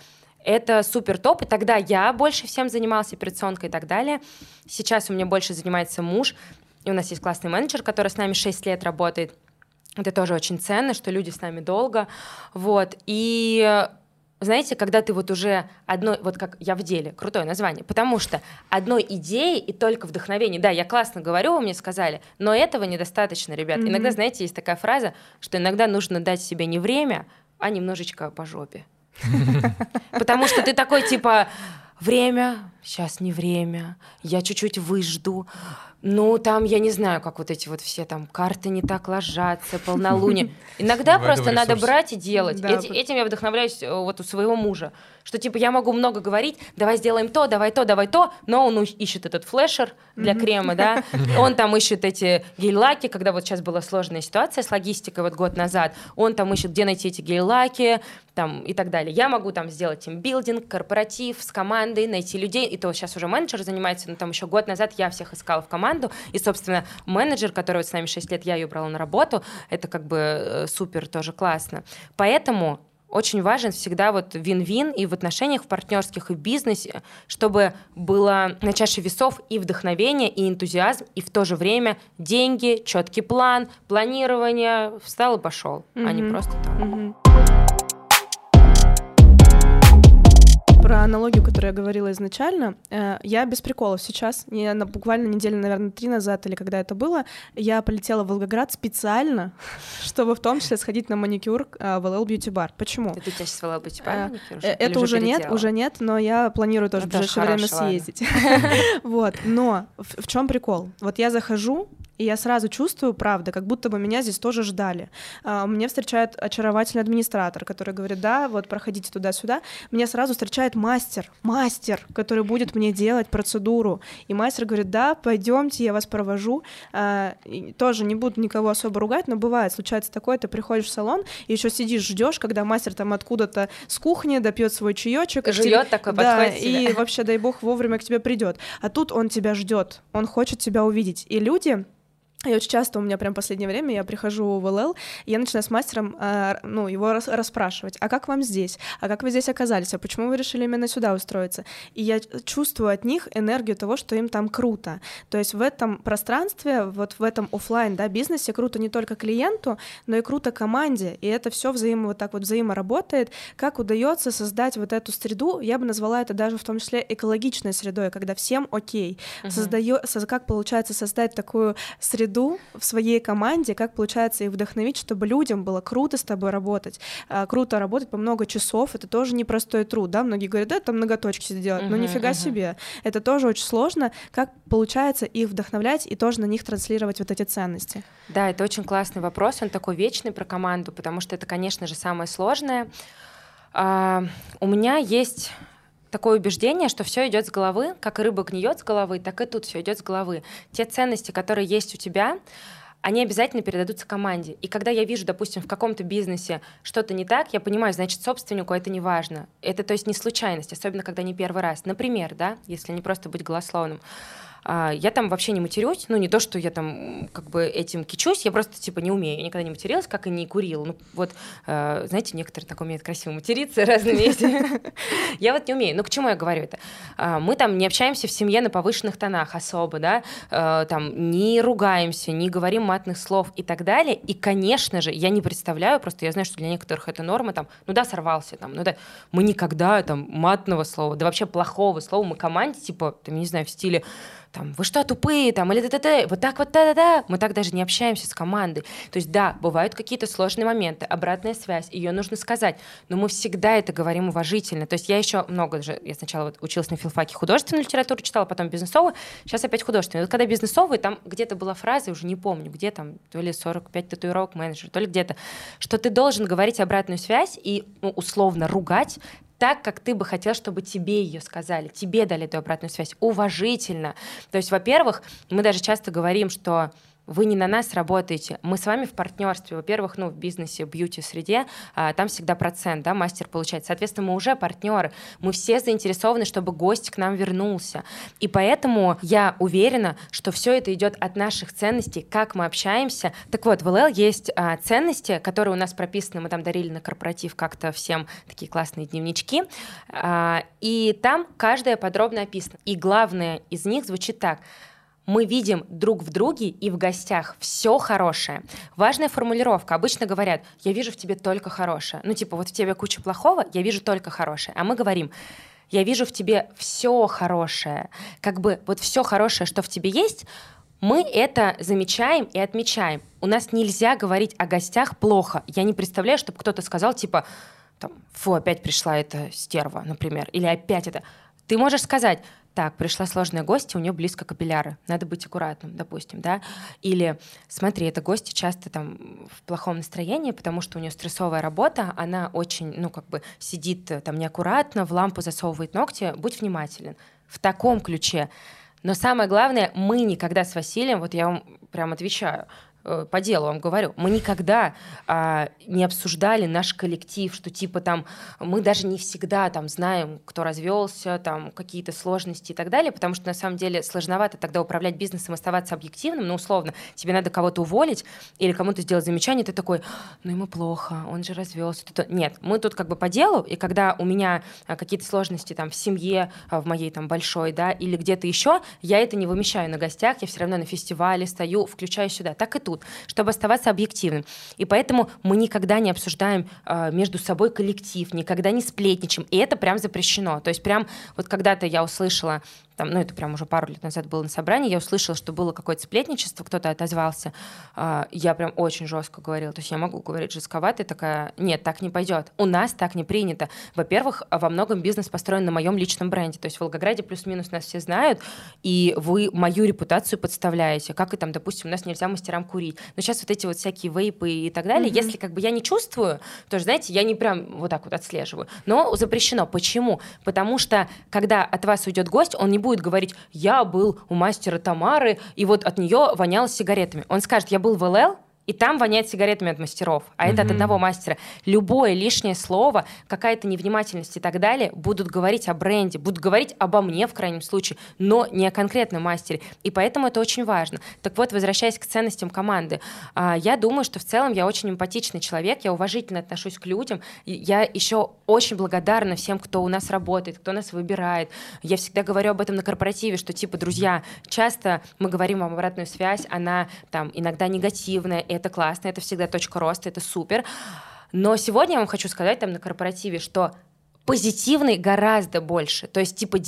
Это супер топ, и тогда я больше всем занималась операционкой и так далее. Сейчас у меня больше занимается муж, и у нас есть классный менеджер, который с нами 6 лет работает. Это тоже очень ценно, что люди с нами долго. Вот. И знаете, когда ты вот уже одной, вот как я в деле, крутое название, потому что одной идеи и только вдохновение, да, я классно говорю, вы мне сказали, но этого недостаточно, ребят. Иногда, знаете, есть такая фраза, что иногда нужно дать себе не время, а немножечко по жопе. Потому что ты такой, типа, время, сейчас не время, я чуть-чуть выжду. Ну, там, я не знаю, как вот эти вот все там карты не так ложатся, полнолуние. Иногда просто надо брать и делать. Этим я вдохновляюсь вот у своего мужа. Что, типа, я могу много говорить, давай сделаем то, давай то, но он ищет этот флешер для крема, да, он там ищет эти гель-лаки, когда вот сейчас была сложная ситуация с логистикой вот год назад, он там ищет, где найти эти гель-лаки, там, и так далее. Я могу там сделать тимбилдинг, корпоратив с командой, найти людей, и то сейчас уже менеджер занимается, но там еще год назад я всех искала в команду, и, собственно, менеджер, который вот с нами 6 лет, я ее брала на работу, это как бы супер, тоже классно. Поэтому очень важен всегда вот вин-вин и в отношениях, в партнерских, и в бизнесе, чтобы было на чаше весов и вдохновение, и энтузиазм, и в то же время деньги, четкий план, планирование, встал и пошел, а не просто так. Про аналогию, которую я говорила изначально, я без приколов сейчас, буквально недели, наверное, 3 назад, или когда это было, я полетела в Волгоград специально, чтобы в том числе сходить на маникюр в LL Beauty Bar. Почему? Это у тебя сейчас в LL Beauty Bar маникюр? Это уже нет, но я планирую тоже в ближайшее время съездить. Вот, но в чем прикол? Вот я захожу, и я сразу чувствую, правда, как будто бы меня здесь тоже ждали. Меня встречает очаровательный администратор, который говорит, да, вот проходите туда-сюда. Меня сразу встречает мастер, который будет мне делать процедуру. И мастер говорит, да, пойдемте, я вас провожу. И тоже не буду никого особо ругать, но бывает, случается такое, ты приходишь в салон, и еще сидишь, ждешь, когда мастер там откуда-то с кухни допьет свой чаечек. Жует такой, да, подходит и себе. вообще, дай бог, вовремя к тебе придет. А тут он тебя ждет, он хочет тебя увидеть. И люди... И очень часто у меня прям в последнее время я прихожу в ЛЛ, и я начинаю с мастером его расспрашивать, а как вам здесь? А как вы здесь оказались? А почему вы решили именно сюда устроиться? И я чувствую от них энергию того, что им там круто. То есть в этом пространстве, вот в этом офлайн, да, бизнесе круто не только клиенту, но и круто команде, и это все взаимоработает. Как удается создать вот эту среду, я бы назвала это даже в том числе экологичной средой, когда всем окей. Как получается создать такую среду в своей команде, как получается их вдохновить, чтобы людям было круто с тобой работать, круто работать по много часов, это тоже непростой труд, да, многие говорят, да, там ноготочки сделать, но нифига себе, это тоже очень сложно, как получается их вдохновлять и тоже на них транслировать вот эти ценности. Да, это очень классный вопрос, он такой вечный про команду, потому что это, конечно же, самое сложное. У меня есть такое убеждение, что все идет с головы, как и рыба гниет с головы, так и тут все идет с головы. Те ценности, которые есть у тебя, они обязательно передадутся команде. И когда я вижу, допустим, в каком-то бизнесе что-то не так, я понимаю, значит, собственнику это не важно. Это, то есть, не случайность, особенно когда не первый раз. Например, да, если не просто быть голословным. Я там вообще не матерюсь, ну не то, что я там как бы этим кичусь, я просто типа не умею, я никогда не материлась, как и не курила. Ну вот, знаете, некоторые так умеют красиво материться разными этими. Я вот не умею. Ну к чему я говорю это? Мы там не общаемся в семье на повышенных тонах особо, да, там не ругаемся, не говорим матных слов и так далее. И, конечно же, я не представляю, просто я знаю, что для некоторых это норма, там, ну да, сорвался, там, ну да, мы никогда там матного слова, да вообще плохого слова, мы команде, типа, там, не знаю, в стиле там, вы что, тупые, там, или т-т-т, вот так вот, та-да-да. Мы так даже не общаемся с командой. То есть, да, бывают какие-то сложные моменты, обратная связь, ее нужно сказать, но мы всегда это говорим уважительно. То есть я еще много же, я сначала вот училась на филфаке, художественную литературу читала, потом бизнесовую, сейчас опять художественную. Вот когда бизнесовую, там где-то была фраза, уже не помню, где там, то ли 45 татуировок менеджера, то ли где-то, что ты должен говорить обратную связь и, ну, условно ругать так, как ты бы хотел, чтобы тебе ее сказали, тебе дали эту обратную связь, уважительно. То есть, во-первых, мы даже часто говорим, что вы не на нас работаете, мы с вами в партнерстве. Во-первых, ну, в бизнесе, в бьюти-среде, там всегда процент, да, мастер получает. Соответственно, мы уже партнеры, мы все заинтересованы, чтобы гость к нам вернулся. И поэтому я уверена, что все это идет от наших ценностей, как мы общаемся. Так вот, в ЛЛ есть ценности, которые у нас прописаны, мы там дарили на корпоратив как-то всем такие классные дневнички, и там каждая подробно описана. И главное из них звучит так: мы видим друг в друге и в гостях все хорошее. Важная формулировка. Обычно говорят, я вижу в тебе только хорошее. Ну, типа, вот в тебе куча плохого, я вижу только хорошее. А мы говорим, я вижу в тебе все хорошее. Как бы вот все хорошее, что в тебе есть, мы это замечаем и отмечаем. У нас нельзя говорить о гостях плохо. Я не представляю, чтобы кто-то сказал, типа, там, фу, опять пришла эта стерва, например, или опять это. Ты можешь сказать, так, пришла сложная гостья, у нее близко капилляры, надо быть аккуратным, допустим, да, или смотри, эта гостья часто там в плохом настроении, потому что у нее стрессовая работа, она очень, ну, как бы сидит там неаккуратно, в лампу засовывает ногти, будь внимателен. В таком ключе. Но самое главное, мы никогда с Василием, вот я вам прям отвечаю, по делу вам говорю, мы никогда не обсуждали наш коллектив, что типа там мы даже не всегда там знаем, кто развелся, там какие-то сложности и так далее, потому что на самом деле сложновато тогда управлять бизнесом, оставаться объективным, ну условно, тебе надо кого-то уволить или кому-то сделать замечание, ты такой, ну ему плохо, он же развелся. Нет, мы тут как бы по делу, и когда у меня какие-то сложности там в семье, в моей там большой, да, или где-то еще, я это не вымещаю на гостях, я все равно на фестивале стою, включаю сюда, так и тут, чтобы оставаться объективным. И поэтому мы никогда не обсуждаем между собой коллектив, никогда не сплетничаем. И это прям запрещено. То есть прям вот когда-то я услышала, там, ну это прям уже пару лет назад было на собрании, я услышала, что было какое-то сплетничество, кто-то отозвался. Я прям очень жестко говорила. То есть я могу говорить жестковато, и такая, нет, так не пойдет. У нас так не принято. Во-первых, во многом бизнес построен на моем личном бренде. То есть в Волгограде плюс-минус нас все знают, и вы мою репутацию подставляете. Как и там, допустим, у нас нельзя мастерам курить. Но сейчас вот эти вот всякие вейпы и так далее, если как бы я не чувствую, то, знаете, я не прям вот так вот отслеживаю. Но запрещено. Почему? Потому что, когда от вас уйдет гость, он не будет говорить, я был у мастера Тамары, и вот от нее воняло сигаретами. Он скажет, я был в ЛЛ, и там воняет сигаретами от мастеров, а это от одного мастера. Любое лишнее слово, какая-то невнимательность и так далее будут говорить о бренде, будут говорить обо мне в крайнем случае, но не о конкретном мастере. И поэтому это очень важно. Так вот, возвращаясь к ценностям команды, я думаю, что в целом я очень эмпатичный человек, я уважительно отношусь к людям, я еще очень благодарна всем, кто у нас работает, кто нас выбирает. Я всегда говорю об этом на корпоративе, что типа, друзья, часто мы говорим вам обратную связь, она там иногда негативная, это классно, это всегда точка роста, это супер. Но сегодня я вам хочу сказать там на корпоративе, что позитивной гораздо больше. То есть типа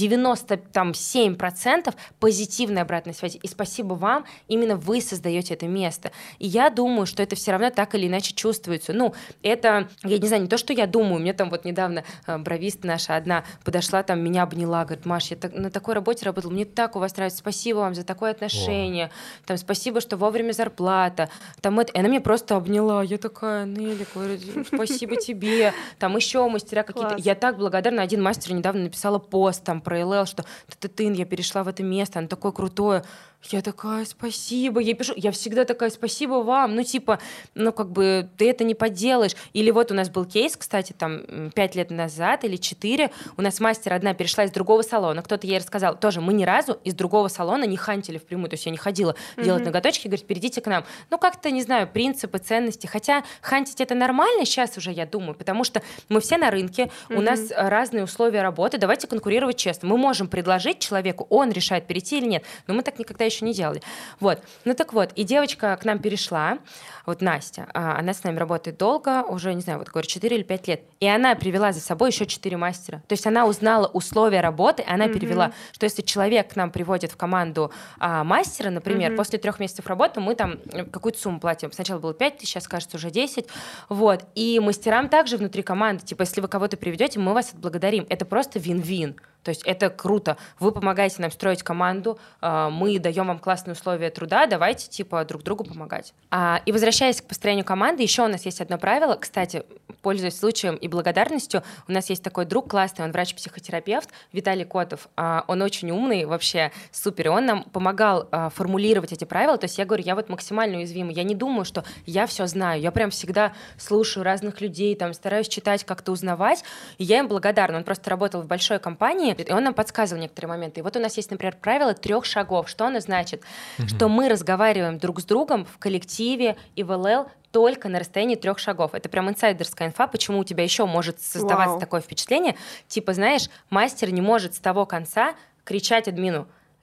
97% позитивной обратной связи. И спасибо вам, именно вы создаете это место. И я думаю, что это все равно так или иначе чувствуется. Ну, это, я не знаю, не то, что я думаю. Мне там вот недавно бровист наша одна подошла, там меня обняла, говорит, Маш, я на такой работе работала, мне так у вас нравится, спасибо вам за такое отношение. Там, спасибо, что вовремя зарплата. Там, и она меня просто обняла. Я такая, Нелли, говорю, спасибо тебе. Там еще мастера какие-то. Я так благодарна. Один мастер недавно написала пост там про ЛЛ, что я перешла в это место, оно такое крутое. Я такая, спасибо. Я пишу, я всегда такая, спасибо вам. Ну, типа, ну, как бы ты это не поделаешь. Или вот у нас был кейс, кстати, там 5 лет назад или 4, у нас мастер одна перешла из другого салона. Кто-то ей рассказал, тоже мы ни разу из другого салона не хантили впрямую. То есть я не ходила делать ноготочки, говорит, перейдите к нам. Ну, как-то, не знаю, принципы, ценности. Хотя хантить это нормально сейчас уже, я думаю, потому что мы все на рынке, у нас разные условия работы, давайте конкурировать честно. Мы можем предложить человеку, он решает, перейти или нет. Но мы так никогда еще не делали. Вот. Ну так вот, и девочка к нам перешла, вот Настя, она с нами работает долго, уже, не знаю, вот говорю, 4 или 5 лет, и она привела за собой еще 4 мастера. То есть она узнала условия работы, она перевела, что если человек к нам приводит в команду мастера, например, после 3 месяцев работы мы там какую-то сумму платим. Сначала было 5 тысяч, сейчас, кажется, уже 10. Вот. И мастерам также внутри команды, типа, если вы кого-то приведете, мы вас отблагодарим. Это просто вин-вин. То есть это круто. Вы помогаете нам строить команду, мы даем вам классные условия труда, давайте типа друг другу помогать. И возвращаясь к построению команды, еще у нас есть одно правило. Кстати, пользуясь случаем и благодарностью, у нас есть такой друг классный, он врач-психотерапевт, Виталий Котов. Он очень умный, вообще супер. И он нам помогал формулировать эти правила. То есть я говорю, я вот максимально уязвима. Я не думаю, что я все знаю. Я прям всегда слушаю разных людей, там, стараюсь читать, как-то узнавать. И я им благодарна. Он просто работал в большой компании, и он нам подсказывал некоторые моменты. И вот у нас есть, например, правило 3 шагов. Что оно значит? Что мы разговариваем друг с другом в коллективе и в ЛЛ только на расстоянии 3 шагов. Это прям инсайдерская инфа, почему у тебя еще может создаваться такое впечатление. Типа, знаешь, мастер не может с того конца кричать админу: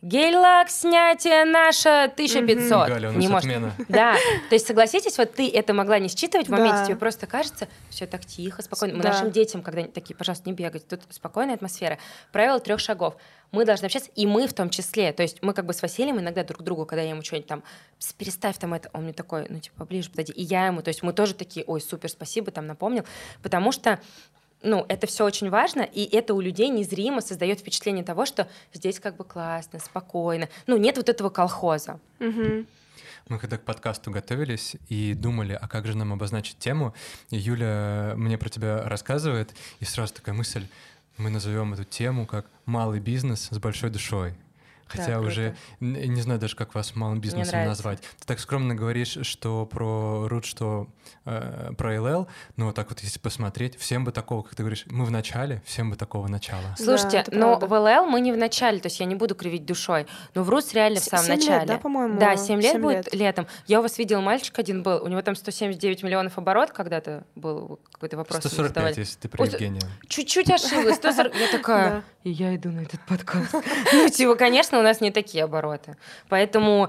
гель-лак, снятие наше 1500. Галя, у не нас может. отмена. Да, то есть согласитесь, вот ты это могла не считывать в моменте, Да. тебе просто кажется, все так тихо, спокойно. Мы Да. нашим детям, когда они такие, пожалуйста, не бегайте, тут спокойная атмосфера. Правило 3 шагов. Мы должны общаться, и мы в том числе. То есть мы как бы с Василием иногда друг другу, когда я ему что-нибудь там, переставь там это, он мне такой, ну типа, ближе подойди. И я ему, то есть мы тоже такие, ой, супер, спасибо, там напомнил. Потому что это все очень важно, и это у людей незримо создает впечатление того, что здесь как бы классно, спокойно. Нет вот этого колхоза. Угу. Мы когда к подкасту готовились и думали, а как же нам обозначить тему, и Юля мне про тебя рассказывает, и сразу такая мысль, мы назовем эту тему как «малый бизнес с большой душой». Хотя Да, уже не знаю даже, как вас малым бизнесом назвать. Ты так скромно говоришь, что про Roots, что про LL, но вот так вот если посмотреть, всем бы такого, как ты говоришь, мы в начале, всем бы такого начала. Слушайте, да, но в LL мы не в начале, то есть я не буду кривить душой, но в Roots реально в самом 7 начале. лет, да, по-моему? Да, 7 лет 7 будет лет. летом. Я у вас видела, мальчик один был, у него там 179 миллионов оборот когда-то был, какой-то вопрос 145, задавали. если ты про Евгения. Чуть-чуть ошиблась. 140. Я такая, и я иду на этот подкаст. Конечно, у нас не такие обороты. Поэтому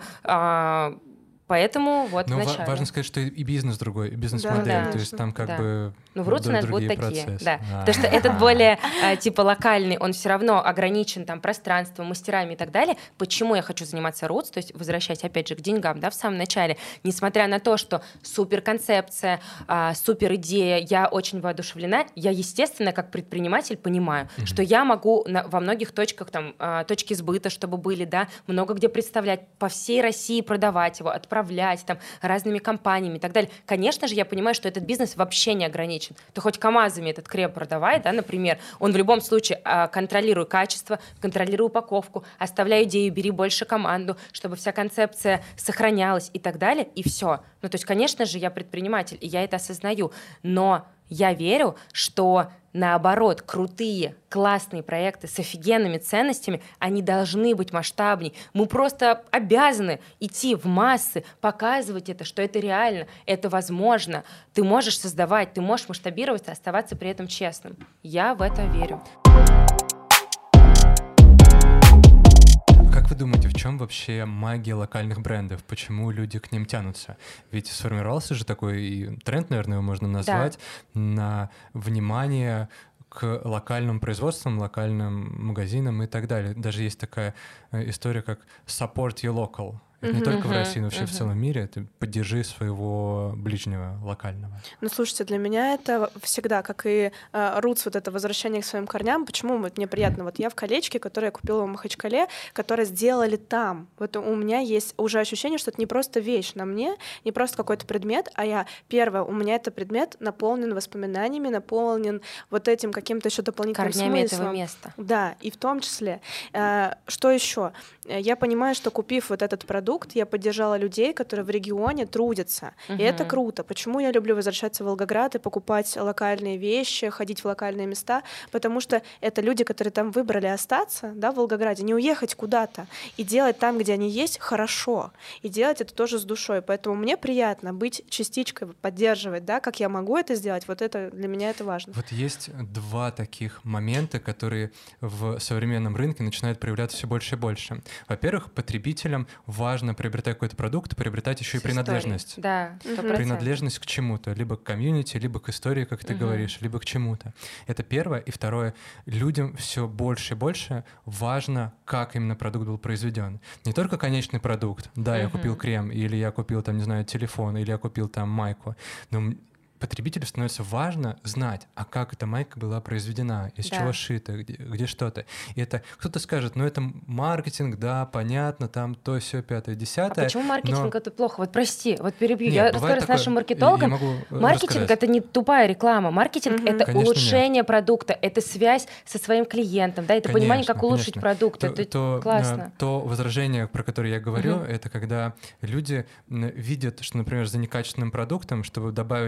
вот Но в начале. важно сказать, что и бизнес другой, и бизнес-модель, Да, то есть там как да. бы В Roots у нас будут такие, процессы. да. Потому что этот более типа локальный, он все равно ограничен там пространством, мастерами и так далее. Почему я хочу заниматься Roots, то есть возвращаясь опять же к деньгам, да, в самом начале, несмотря на то, что супер концепция, супер идея, я очень воодушевлена, я, естественно, как предприниматель понимаю, что я могу во многих точках, там, точки сбыта, чтобы были, да, много где представлять, по всей России продавать его, отправлять там разными компаниями и так далее. Конечно же, я понимаю, что этот бизнес вообще не ограничен. Ты хоть КАМАЗами этот крем продавай, да, например, он в любом случае контролируй качество, контролируй упаковку, оставляй идею, бери больше команду, чтобы вся концепция сохранялась и так далее, и все. То есть, конечно же, я предприниматель, и я это осознаю, но я верю, что наоборот, крутые, классные проекты с офигенными ценностями, они должны быть масштабней. Мы просто обязаны идти в массы, показывать это, что это реально, это возможно. Ты можешь создавать, ты можешь масштабироваться, оставаться при этом честным. Я в это верю. Как вы думаете, в чем вообще магия локальных брендов? Почему люди к ним тянутся? Ведь сформировался же такой и тренд, наверное, его можно назвать, на внимание к локальным производствам, локальным магазинам и так далее. Даже есть такая история, как «support your local». Это не только в России, но вообще в целом мире. Ты поддержи своего ближнего, локального. Ну, слушайте, для меня это всегда, как и Roots, вот это возвращение к своим корням. Почему мне приятно? Вот я в колечке, которое я купила в Махачкале, которое сделали там. Вот у меня есть уже ощущение, что это не просто вещь на мне, не просто какой-то предмет, а первое, у меня это предмет наполнен воспоминаниями, наполнен вот этим каким-то еще дополнительным корнями смыслом. этого места. Да, и в том числе. Что еще? Я понимаю, что купив вот этот продукт, я поддержала людей, которые в регионе трудятся. И это круто. Почему я люблю возвращаться в Волгоград и покупать локальные вещи, ходить в локальные места? Потому что это люди, которые там выбрали остаться, да, в Волгограде, не уехать куда-то и делать там, где они есть, хорошо. И делать это тоже с душой. Поэтому мне приятно быть частичкой, поддерживать, да, как я могу это сделать. Вот это для меня это важно. Вот есть два таких момента, которые в современном рынке начинают проявляться все больше и больше. Во-первых, потребителям важно, приобретая какой-то продукт, приобретать еще и принадлежность. Да, 100%. Принадлежность к чему-то, либо к комьюнити, либо к истории, как ты говоришь, либо к чему-то. Это первое. И второе, людям все больше и больше важно, как именно продукт был произведен. Не только конечный продукт. Да, я купил крем, или я купил там, не знаю, телефон, или я купил там майку. Но потребителю становится важно знать, а как эта майка была произведена, из чего шита, где что-то. И это кто-то скажет, ну это маркетинг, да, понятно, там то, сё, 5-е, 10-е. А почему маркетинг это плохо? Вот прости, вот перебью. Нет, я разговариваю с нашим маркетологом. Маркетинг — это не тупая реклама. Маркетинг — это улучшение продукта, это связь со своим клиентом, да, это понимание, как улучшить продукт. Это классно. То возражение, про которое я говорю, это когда люди видят, что, например, за некачественным продуктом, чтобы добавить ему вот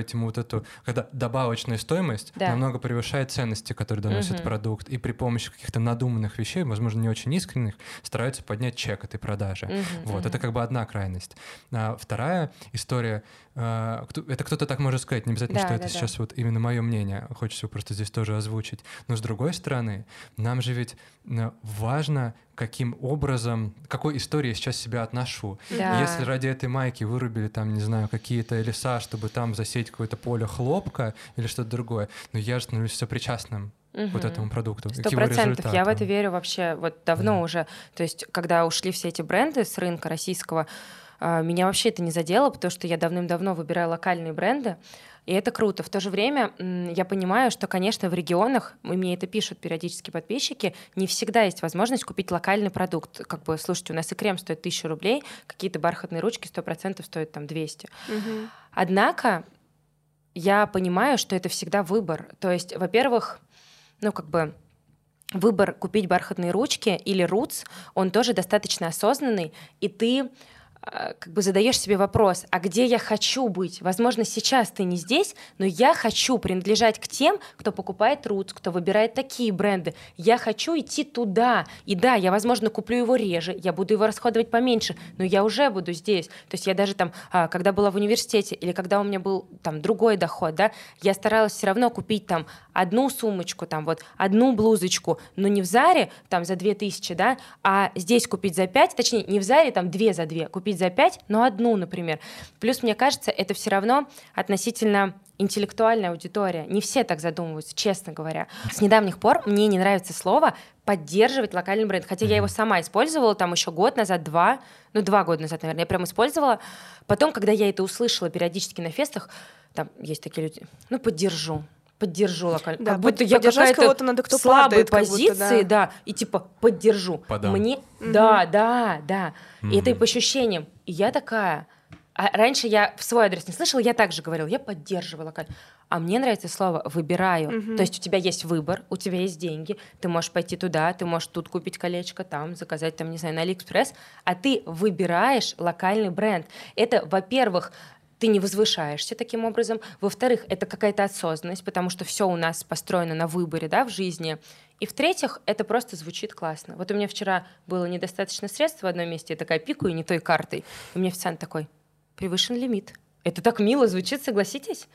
эту, когда добавочная стоимость намного превышает ценности, которые доносит продукт, и при помощи каких-то надуманных вещей, возможно, не очень искренних, стараются поднять чек этой продажи. Вот, это как бы одна крайность. А вторая история, это кто-то так может сказать, не обязательно, что это сейчас вот именно мое мнение, хочется просто здесь тоже озвучить. Но с другой стороны, нам же ведь важно, каким образом, к какой истории я сейчас себя отношу. Если ради этой майки вырубили там, не знаю, какие-то леса, чтобы там засеять какое-то поле хлопка или что-то другое, но я же становлюсь сопричастным вот этому продукту. 100%. Я в это верю вообще вот давно уже. То есть, когда ушли все эти бренды с рынка российского, меня вообще это не задело, потому что я давным-давно выбираю локальные бренды, и это круто. В то же время я понимаю, что, конечно, в регионах, и мне это пишут периодически подписчики, не всегда есть возможность купить локальный продукт. Как бы, слушайте, у нас и крем стоит 1000 рублей, какие-то бархатные ручки 100% стоят там 200. Однако я понимаю, что это всегда выбор. То есть, во-первых, выбор купить бархатные ручки или Roots, он тоже достаточно осознанный, и ты как бы задаешь себе вопрос, а где я хочу быть? Возможно, сейчас ты не здесь, но я хочу принадлежать к тем, кто покупает Roots, кто выбирает такие бренды. Я хочу идти туда. И да, я, возможно, куплю его реже, я буду его расходовать поменьше, но я уже буду здесь. То есть я даже там, когда была в университете или когда у меня был там другой доход, да, я старалась все равно купить там одну сумочку, там вот одну блузочку, но не в Заре там за 2000, да, а здесь купить за 5, точнее, не в Заре там 2 за 2, купить за 5, но одну, например. Плюс, мне кажется, это все равно относительно интеллектуальная аудитория. Не все так задумываются, честно говоря. С недавних пор мне не нравится слово «поддерживать локальный бренд», хотя я его сама использовала там еще год назад, 2 года назад, наверное, я прям использовала. Потом, когда я это услышала периодически на фестах, там есть такие люди, поддержу локально. Да, как будто я какая-то надо, кто слабой падает, позиции, будто, да. И типа поддержу. Подам. Мне, да. И это и по ощущениям. И я такая... А раньше я в свой адрес не слышала, я также говорила, я поддерживаю локально. А мне нравится слово «выбираю». То есть у тебя есть выбор, у тебя есть деньги, ты можешь пойти туда, ты можешь тут купить колечко, там, заказать, там, не знаю, на Алиэкспресс, а ты выбираешь локальный бренд. Это, во-первых, ты не возвышаешься таким образом. Во-вторых, это какая-то осознанность, потому что все у нас построено на выборе, да, в жизни. И в-третьих, это просто звучит классно. Вот у меня вчера было недостаточно средств в одном месте, я такая пикаю не той картой, и мне официант такой: превышен лимит. Это так мило звучит, согласитесь?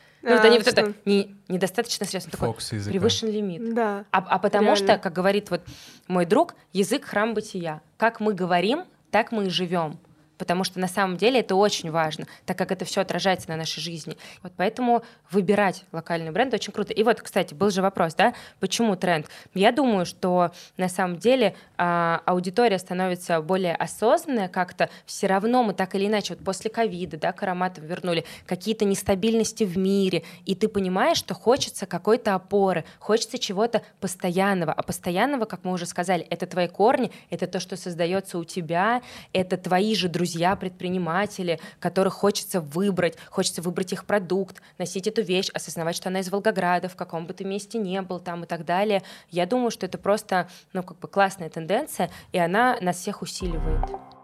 Недостаточно средств. Он такой: превышен лимит. Да, а потому что, как говорит вот мой друг, язык — храм бытия. Как мы говорим, так мы и живем. Потому что на самом деле это очень важно, так как это все отражается на нашей жизни. Вот поэтому выбирать локальный бренд очень круто. И вот, кстати, был же вопрос, да, почему тренд? Я думаю, что на самом деле аудитория становится более осознанная как-то. Все равно мы так или иначе, вот после ковида, да, к ароматам вернули какие-то нестабильности в мире, и ты понимаешь, что хочется какой-то опоры, хочется чего-то постоянного. А постоянного, как мы уже сказали, это твои корни, это то, что создается у тебя, это твои же друзья, предприниматели, которых хочется выбрать их продукт, носить эту вещь, осознавать, что она из Волгограда, в каком бы ты месте ни был там и так далее. Я думаю, что это просто, классная тенденция, и она нас всех усиливает.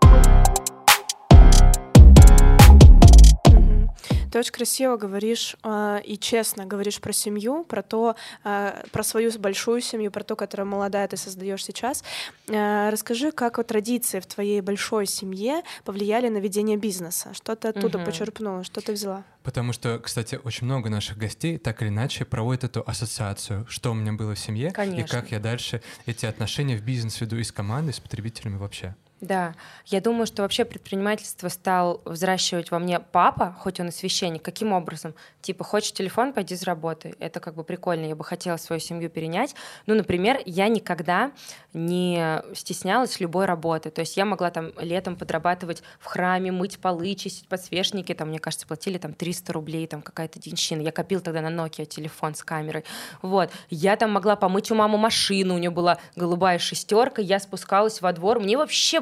Ты очень красиво говоришь и честно говоришь про семью, про свою большую семью, про ту, которая молодая, ты создаешь сейчас. Расскажи, как вот традиции в твоей большой семье повлияли на ведение бизнеса? Что ты оттуда почерпнула, что ты взяла? Потому что, кстати, очень много наших гостей так или иначе проводят эту ассоциацию, что у меня было в семье, Конечно. И как я дальше эти отношения в бизнес веду и с командой, с потребителями вообще. Да, я думаю, что вообще предпринимательство стал взращивать во мне папа, хоть он и священник. Каким образом? Типа, хочешь телефон, пойди с работы. Это как бы прикольно, я бы хотела свою семью перенять. Например, я никогда не стеснялась любой работы. То есть я могла там летом подрабатывать в храме, мыть полы, чистить подсвечники. Там, мне кажется, платили там 300 рублей, там какая-то денщина. Я копила тогда на Nokia телефон с камерой. Вот. Я там могла помыть у мамы машину, у нее была голубая 6, я спускалась во двор. Мне вообще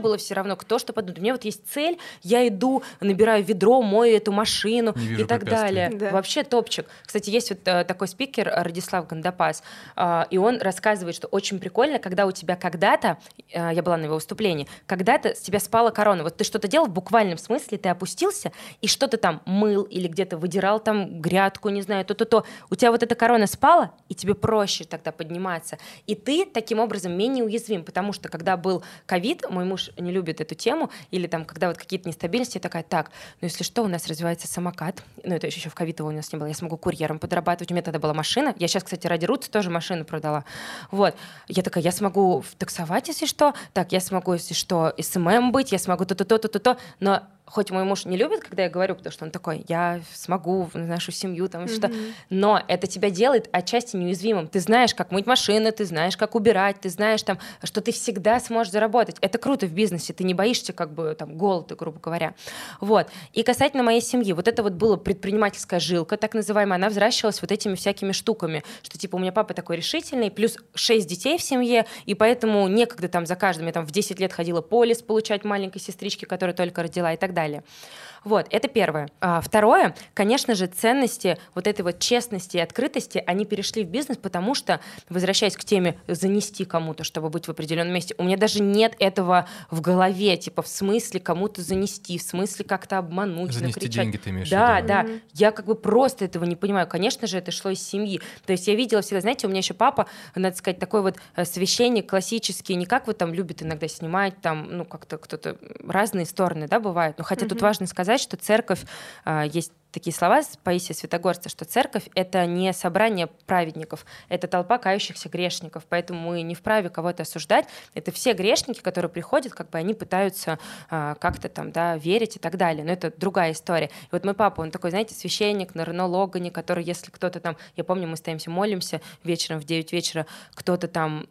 было все равно, кто что подумает. У меня вот есть цель, я иду, набираю ведро, мою эту машину и так далее. Да. Вообще топчик. Кстати, есть вот такой спикер Радислав Гандапас, и он рассказывает, что очень прикольно, когда у тебя когда-то, я была на его выступлении, когда-то с тебя спала корона. Вот ты что-то делал в буквальном смысле, ты опустился и что-то там мыл или где-то выдирал там грядку, не знаю, то-то-то. У тебя вот эта корона спала, и тебе проще тогда подниматься. И ты таким образом менее уязвим, потому что когда был ковид, мой муж не любит эту тему, или там, когда вот какие-то нестабильности, я такая, так, ну если что, у нас развивается самокат, ну это еще в ковид его у нас не было, я смогу курьером подрабатывать, у меня тогда была машина, я сейчас, кстати, ради Roots тоже машину продала, вот, я такая, я смогу таксовать, если что, так, я смогу, если что, СММ быть, я смогу то-то, но хоть мой муж не любит, когда я говорю, потому что он такой, я смогу в нашу семью, там, что, но это тебя делает отчасти неуязвимым. Ты знаешь, как мыть машины, ты знаешь, как убирать, ты знаешь, там, что ты всегда сможешь заработать. Это круто в бизнесе, ты не боишься как бы там голода, грубо говоря. Вот. И касательно моей семьи, вот это вот была предпринимательская жилка, так называемая, она взращивалась вот этими всякими штуками, что типа у меня папа такой решительный, плюс 6 детей в семье, и поэтому некогда там за каждым, я там в 10 лет ходила полис получать маленькой сестричке, которая только родила, и так далее. Вот, это первое. Второе, конечно же, ценности вот этой вот честности и открытости, они перешли в бизнес, потому что, возвращаясь к теме занести кому-то, чтобы быть в определенном месте, у меня даже нет этого в голове, типа в смысле кому-то занести, в смысле как-то обмануть, занести накричать. Деньги ты имеешь да, в виду? Да, я как бы просто этого не понимаю. Конечно же, это шло из семьи. То есть я видела всегда, знаете, у меня еще папа, надо сказать, такой вот священник классический, не как вот там любит иногда снимать, там, ну, как-то кто-то, разные стороны, да, бывают. Но хотя тут важно сказать, что церковь, есть такие слова с Паисия Святогорца, что церковь — это не собрание праведников, это толпа кающихся грешников, поэтому мы не вправе кого-то осуждать. Это все грешники, которые приходят, как бы они пытаются как-то там, да, верить и так далее, но это другая история. И вот мой папа, он такой, знаете, священник на Рено Логане, который, если кто-то там, я помню, мы стоимся, молимся вечером в 9 вечера, кто-то там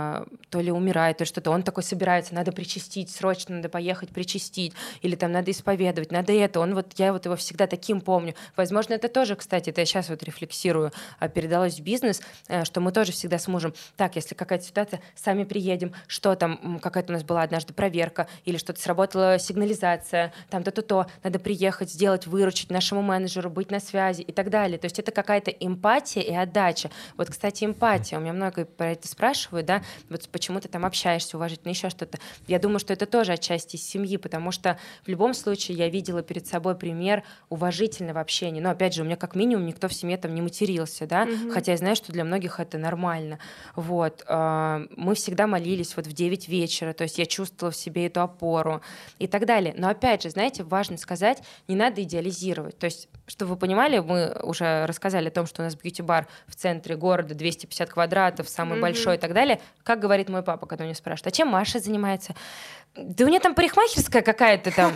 то ли умирает, то ли что-то, он такой собирается, надо причастить, срочно надо поехать причастить, или там надо исповедовать, надо это, он вот, я вот его всегда таким помню. Возможно, это тоже, кстати, это я сейчас вот рефлексирую, передалось в бизнес, что мы тоже всегда с мужем, так, если какая-то ситуация, сами приедем, что там, какая-то у нас была однажды проверка, или что-то сработала сигнализация, там то-то, надо приехать, сделать, выручить нашему менеджеру, быть на связи и так далее. То есть это какая-то эмпатия и отдача. Вот, кстати, эмпатия. У меня много про это спрашивают, да, вот почему ты там общаешься уважительно, еще что-то. Я думаю, что это тоже отчасти из семьи, потому что в любом случае я видела перед собой пример уважительного общения. Но, опять же, у меня как минимум никто в семье там не матерился, да, хотя я знаю, что для многих это нормально. Вот. Мы всегда молились вот в 9 вечера, то есть я чувствовала в себе эту опору и так далее. Но, опять же, знаете, важно сказать, не надо идеализировать. То есть, чтобы вы понимали, мы уже рассказали о том, что у нас бьюти-бар в центре города, 250 квадратов, самый большой и так далее. Как говорит мой папа, когда меня спрашивают, а чем Маша занимается? Да у меня там парикмахерская какая-то там.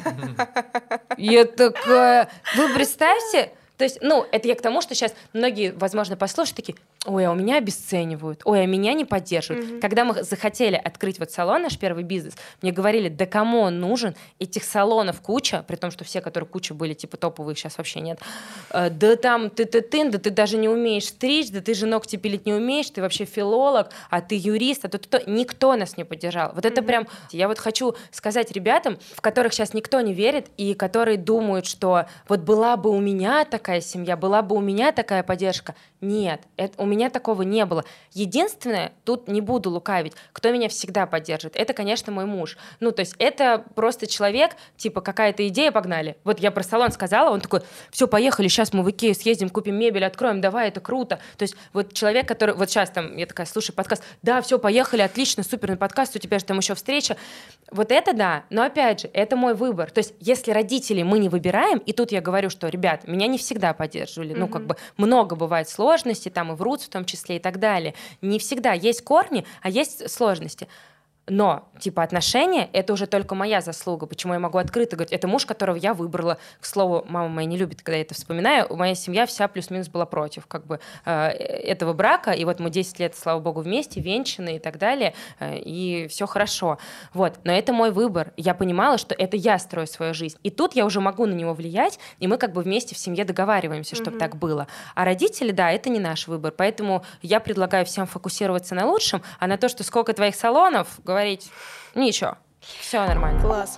Я такая, вы представьте? То есть, ну, это я к тому, что сейчас многие, возможно, послушают такие, ой, а у меня обесценивают, ой, а меня не поддерживают. Когда мы захотели открыть вот салон, наш первый бизнес, мне говорили, да кому он нужен? Этих салонов куча, при том, что все, которые куча были, типа топовых, сейчас вообще нет. Да там да ты даже не умеешь стричь, да ты же ногти пилить не умеешь, ты вообще филолог, а ты юрист, а то. Никто нас не поддержал. Вот это прям, я вот хочу сказать ребятам, в которых сейчас никто не верит, и которые думают, что вот была бы у меня такая семья, была бы у меня такая поддержка. Нет, у меня такого не было. Единственное, тут не буду лукавить, кто меня всегда поддерживает, это, конечно, мой муж. Ну, то есть это просто человек, типа, какая-то идея, погнали. Вот я про салон сказала, он такой, все, поехали, сейчас мы в Икею съездим, купим мебель, откроем, давай, это круто. То есть вот человек, который, вот сейчас там, я такая, слушай, подкаст, да, все, поехали, отлично, супер, на подкаст, у тебя же там еще встреча. Вот это да, но опять же, это мой выбор. То есть если родителей мы не выбираем, и тут я говорю, что, ребят, меня не всегда поддерживали, ну, как бы много бывает сложностей, там и в Roots в том числе и так далее. Не всегда есть корни, а есть сложности. Но, типа, отношения — это уже только моя заслуга. Почему я могу открыто говорить? Это муж, которого я выбрала. К слову, мама моя не любит, когда я это вспоминаю. Моя семья вся плюс-минус была против как бы этого брака. И вот мы 10 лет, слава богу, вместе, венчаны и так далее. И все хорошо. Вот. Но это мой выбор. Я понимала, что это я строю свою жизнь. И тут я уже могу на него влиять, и мы как бы вместе в семье договариваемся, чтобы так было. А родители, да, это не наш выбор. Поэтому я предлагаю всем фокусироваться на лучшем, а на то, что сколько твоих салонов, говорить ничего. Все нормально. Класс.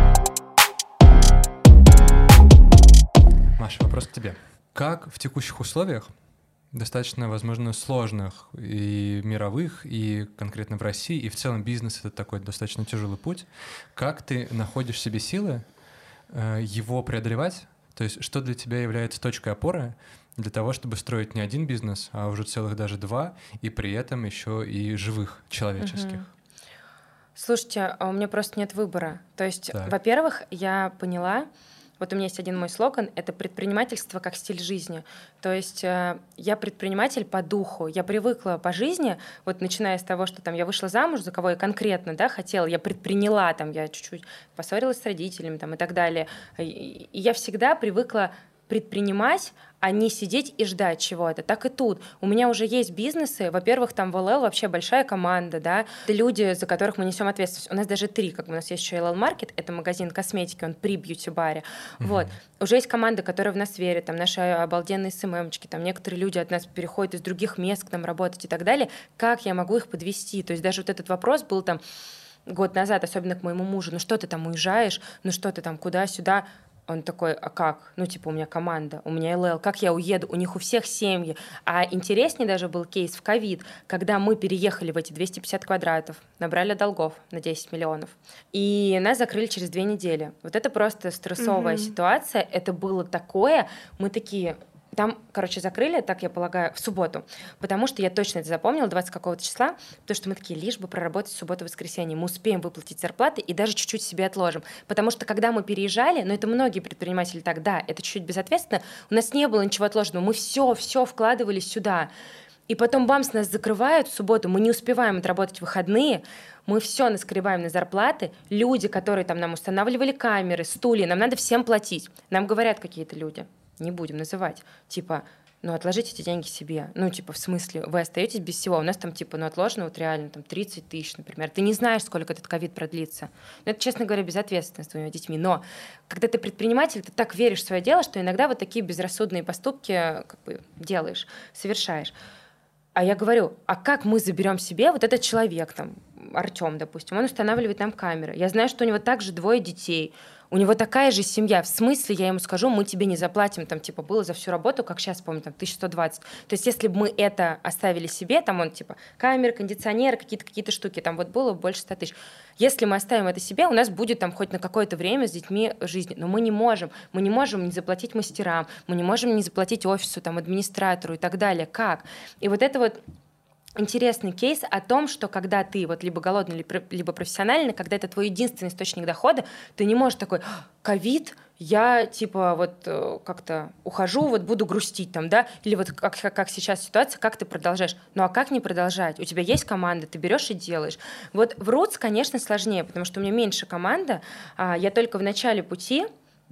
Маша, вопрос к тебе. Как в текущих условиях, достаточно, возможно, сложных и мировых, и конкретно в России, и в целом бизнес — это такой достаточно тяжелый путь, как ты находишь в себе силы его преодолевать? То есть что для тебя является точкой опоры для того, чтобы строить не один бизнес, а уже целых даже два, и при этом еще и живых, человеческих? Слушайте, а у меня просто нет выбора. То есть, во-первых, я поняла, вот у меня есть один мой слоган, это предпринимательство как стиль жизни. То есть я предприниматель по духу, я привыкла по жизни, вот начиная с того, что там я вышла замуж, за кого я конкретно, да, хотела, я предприняла, там, я чуть-чуть поссорилась с родителями там, и так далее. И я всегда привыкла предпринимать, а не сидеть и ждать чего-то. Так и тут. У меня уже есть бизнесы. Во-первых, там в ЛЛ вообще большая команда, да. Это люди, за которых мы несем ответственность. У нас даже 3, как бы у нас есть еще LL Market, это магазин косметики, он при бьюти-баре. Вот. Уже есть команда, которая в нас верит, там наши обалденные СММчики, там некоторые люди от нас переходят из других мест к нам работать и так далее. Как я могу их подвести? То есть даже вот этот вопрос был там год назад, особенно к моему мужу. Ну что ты там уезжаешь? Ну что ты там куда-сюда? Он такой, а как? Ну, типа, у меня команда, у меня ЛЛ, как я уеду? У них у всех семьи. А интереснее даже был кейс в ковид, когда мы переехали в эти 250 квадратов, набрали долгов на 10 миллионов, и нас закрыли через 2 недели. Вот это просто стрессовая ситуация, это было такое, мы такие... Там, короче, закрыли, так я полагаю, в субботу, потому что я точно это запомнила, 20 какого-то числа, потому что мы такие, лишь бы проработать в субботу-воскресенье, мы успеем выплатить зарплаты и даже чуть-чуть себе отложим. Потому что когда мы переезжали, ну это многие предприниматели так, да, это чуть-чуть безответственно, у нас не было ничего отложенного, мы все вкладывали сюда. И потом бамс, нас закрывают в субботу, мы не успеваем отработать выходные, мы все наскребаем на зарплаты, люди, которые там нам устанавливали камеры, стулья, нам надо всем платить. Нам говорят какие-то люди, не будем называть, типа, ну, отложите эти деньги себе. Ну, типа, в смысле, вы остаетесь без всего. У нас там, типа, ну, отложено вот реально там 30 тысяч, например. Ты не знаешь, сколько этот ковид продлится. Ну, это, честно говоря, безответственно с твоими детьми. Но когда ты предприниматель, ты так веришь в свое дело, что иногда вот такие безрассудные поступки как бы делаешь, совершаешь. А я говорю, а как мы заберем себе вот этот человек, там, Артем, допустим, он устанавливает нам камеры. Я знаю, что у него также 2 детей, у него такая же семья. В смысле, я ему скажу, мы тебе не заплатим, там, типа, было за всю работу, как сейчас помню, там, 1120. То есть, если бы мы это оставили себе, там, он, типа, камеры, кондиционеры, какие-то штуки, там, вот было больше 100 тысяч. Если мы оставим это себе, у нас будет там хоть на какое-то время с детьми жизни. Но мы не можем не заплатить мастерам, мы не можем не заплатить офису, там, администратору и так далее. Как? И вот это вот интересный кейс о том, что когда ты вот либо голодный, либо профессиональный, когда это твой единственный источник дохода, ты не можешь такой, ковид, я типа вот как-то ухожу, вот буду грустить там, да, или вот как сейчас ситуация, как ты продолжаешь. Ну а как не продолжать? У тебя есть команда, ты берешь и делаешь. Вот в Roots, конечно, сложнее, потому что у меня меньше команда, я только в начале пути.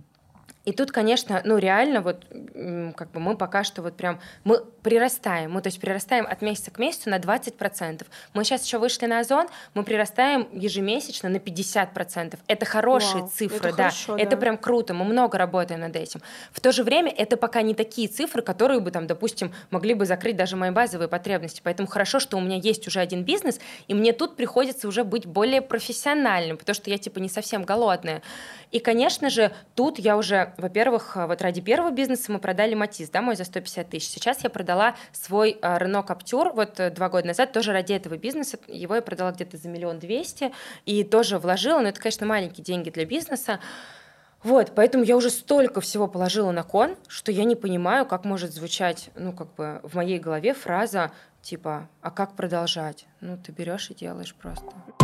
И тут, конечно, ну реально вот как бы мы пока что вот прям, мы прирастаем, то есть прирастаем от месяца к месяцу на 20%. Мы сейчас еще вышли на Озон, мы прирастаем ежемесячно на 50%. Это хорошие цифры, это да, хорошо, это прям круто, мы много работаем над этим. В то же время это пока не такие цифры, которые бы там, допустим, могли бы закрыть даже мои базовые потребности. Поэтому хорошо, что у меня есть уже один бизнес, и мне тут приходится уже быть более профессиональным, потому что я типа не совсем голодная. И, конечно же, тут я уже, во-первых, вот ради первого бизнеса мы продали Матис, да, мой за 150 тысяч. Сейчас я продала свой Renault Captur, вот 2 года назад, тоже ради этого бизнеса. Его я продала где-то за 1 200 000 и тоже вложила, но это, конечно, маленькие деньги для бизнеса. Вот, поэтому я уже столько всего положила на кон, что я не понимаю, как может звучать, ну, как бы в моей голове фраза типа «а как продолжать?» Ну, ты берешь и делаешь просто.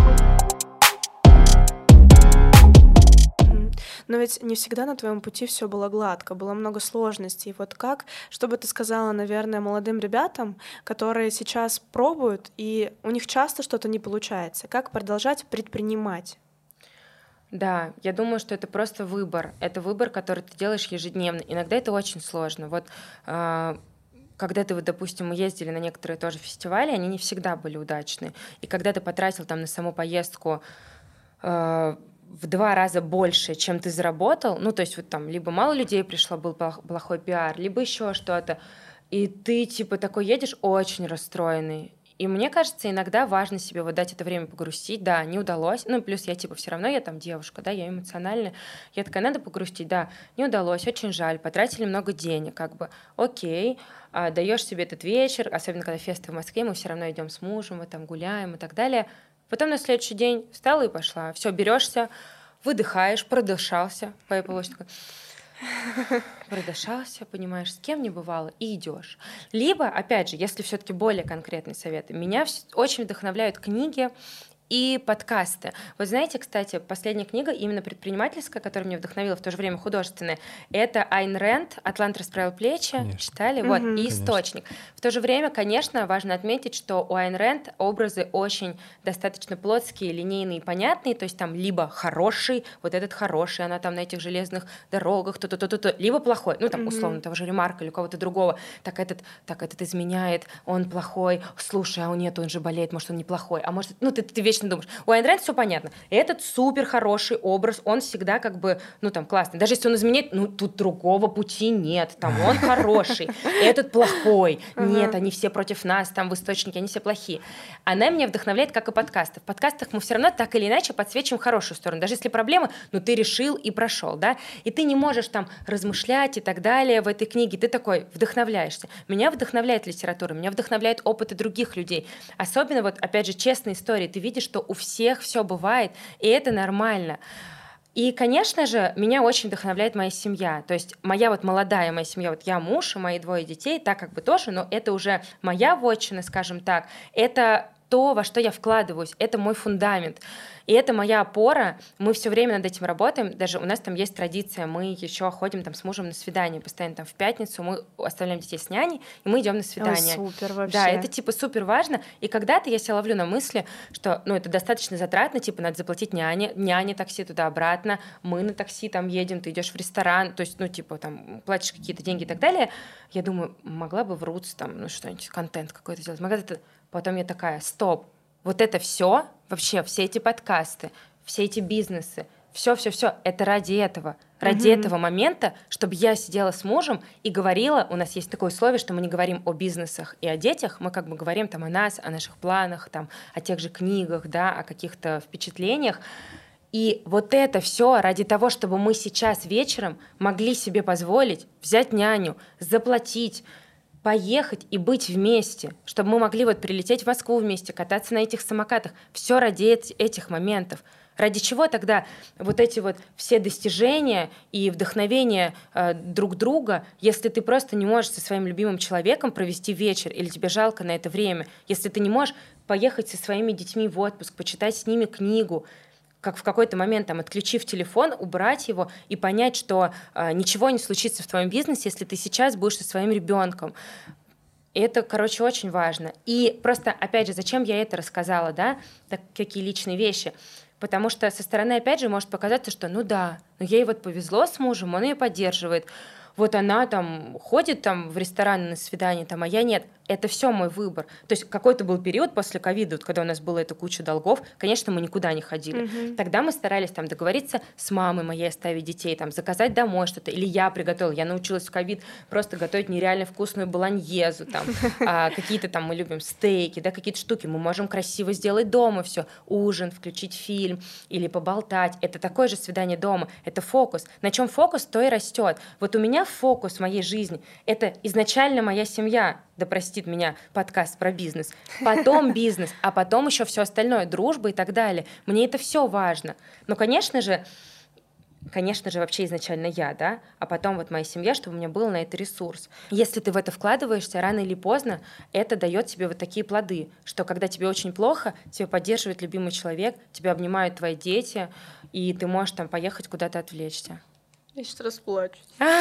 Но ведь не всегда на твоем пути все было гладко, было много сложностей. Вот как, что бы ты сказала, наверное, молодым ребятам, которые сейчас пробуют, и у них часто что-то не получается, как продолжать предпринимать? Да, я думаю, что это просто выбор. Это выбор, который ты делаешь ежедневно. Иногда это очень сложно. Вот когда ты, вот, допустим, мы ездили на некоторые тоже фестивали, они не всегда были удачные. И когда ты потратил там на саму поездку в 2 раза больше, чем ты заработал, ну, то есть вот там либо мало людей пришло, был плохой пиар, либо еще что-то, и ты типа такой едешь очень расстроенный, И мне кажется, иногда важно себе вот дать это время погрустить, да, не удалось, ну, плюс я типа все равно, я там девушка, да, я эмоциональная, я такая, надо погрустить, да, не удалось, очень жаль, потратили много денег, как бы, окей, даешь себе этот вечер, особенно когда фесты в Москве, мы все равно идем с мужем, мы там гуляем и так далее. Потом на следующий день встала и пошла, все, берешься, выдыхаешь, продышался, появилась такая... Продышался, понимаешь, с кем не бывало, и идешь. Либо, опять же, если все-таки более конкретные советы, меня очень вдохновляют книги и подкасты. Вот знаете, кстати, последняя книга, именно предпринимательская, которая меня вдохновила, в то же время художественная, это Айн Рэнд «Атлант расправил плечи». Конечно. Читали? Вот, и «Источник». В то же время, конечно, важно отметить, что у Айн Рэнд образы очень достаточно плотские, линейные, понятные, то есть там либо хороший, вот этот хороший, она там на этих железных дорогах, то-то, либо плохой, ну там условно того же Ремарка или кого-то другого, так этот изменяет, он плохой, слушай, а нет, он же болеет, может, он неплохой, а может, ну ты вечно думаешь. У Айн Рэнд все понятно. Этот супер хороший образ, он всегда как бы, ну там классный. Даже если он изменяет, ну тут другого пути нет, там он хороший, этот плохой, нет, они все против нас, там в «Источнике», они все плохие. Она меня вдохновляет, как и подкасты. В подкастах мы все равно так или иначе подсвечиваем хорошую сторону. Даже если проблемы, ну ты решил и прошел, да, и ты не можешь там размышлять и так далее в этой книге, ты такой вдохновляешься. Меня вдохновляет литература, меня вдохновляют опыты других людей. Особенно вот, опять же, честные истории. Ты видишь, что у всех все бывает, и это нормально. И, конечно же, меня очень вдохновляет моя семья. То есть моя вот молодая моя семья, вот я муж и мои 2 детей, так как бы тоже, но это уже моя вотчина, скажем так. Это то, во что я вкладываюсь, это мой фундамент. И это моя опора, мы все время над этим работаем, даже у нас там есть традиция, мы еще ходим там с мужем на свидание, постоянно там в пятницу мы оставляем детей с няней, и мы идем на свидание. Ой, супер вообще. Да, это типа супер важно, и когда-то я себя ловлю на мысли, что, ну, это достаточно затратно, типа, надо заплатить няне такси туда-обратно, мы на такси там едем, ты идешь в ресторан, то есть, ну, типа, там, платишь какие-то деньги и так далее. Я думаю, могла бы в Roots там, ну, что-нибудь, контент какой-то делать, могла это... Потом я такая, стоп, вот это все, вообще все эти подкасты, все эти бизнесы, все, это ради этого. Ради этого момента, чтобы я сидела с мужем и говорила, у нас есть такое условие, что мы не говорим о бизнесах и о детях, мы как бы говорим там о нас, о наших планах, там, о тех же книгах, да, о каких-то впечатлениях. И вот это все ради того, чтобы мы сейчас вечером могли себе позволить взять няню, заплатить, поехать и быть вместе, чтобы мы могли вот прилететь в Москву вместе, кататься на этих самокатах. Все ради этих моментов. Ради чего тогда вот эти вот все достижения и вдохновение друг друга, если ты просто не можешь со своим любимым человеком провести вечер, или тебе жалко на это время, если ты не можешь поехать со своими детьми в отпуск, почитать с ними книгу, как в какой-то момент, там, отключив телефон, убрать его и понять, что ничего не случится в твоем бизнесе, если ты сейчас будешь со своим ребенком. Это, короче, очень важно. И просто, опять же, зачем я это рассказала, да, так, какие личные вещи? Потому что со стороны, опять же, может показаться, что, ну да, но ей вот повезло с мужем, он ее поддерживает. Вот она там ходит там в ресторан на свидание, там, а я нет. Это все мой выбор. То есть какой-то был период после ковида, вот, когда у нас была эта куча долгов, конечно, мы никуда не ходили. Тогда мы старались там договориться с мамой моей оставить детей, там, заказать домой что-то. Или я приготовила. Я научилась в ковид просто готовить нереально вкусную болоньезу, там, какие-то там мы любим стейки, да, какие-то штуки. Мы можем красиво сделать дома все. Ужин, включить фильм или поболтать. Это такое же свидание дома. Это фокус. На чем фокус, то и растет. Вот у меня фокус моей жизни — это изначально моя семья, да простит меня подкаст про бизнес, потом бизнес, а потом еще все остальное, дружба и так далее. Мне это все важно. Но, конечно же, вообще изначально я, да, а потом вот моя семья, чтобы у меня был на это ресурс. Если ты в это вкладываешься, рано или поздно это дает тебе вот такие плоды, что когда тебе очень плохо, тебя поддерживает любимый человек, тебя обнимают твои дети, и ты можешь там поехать куда-то отвлечься. Я сейчас расплачусь.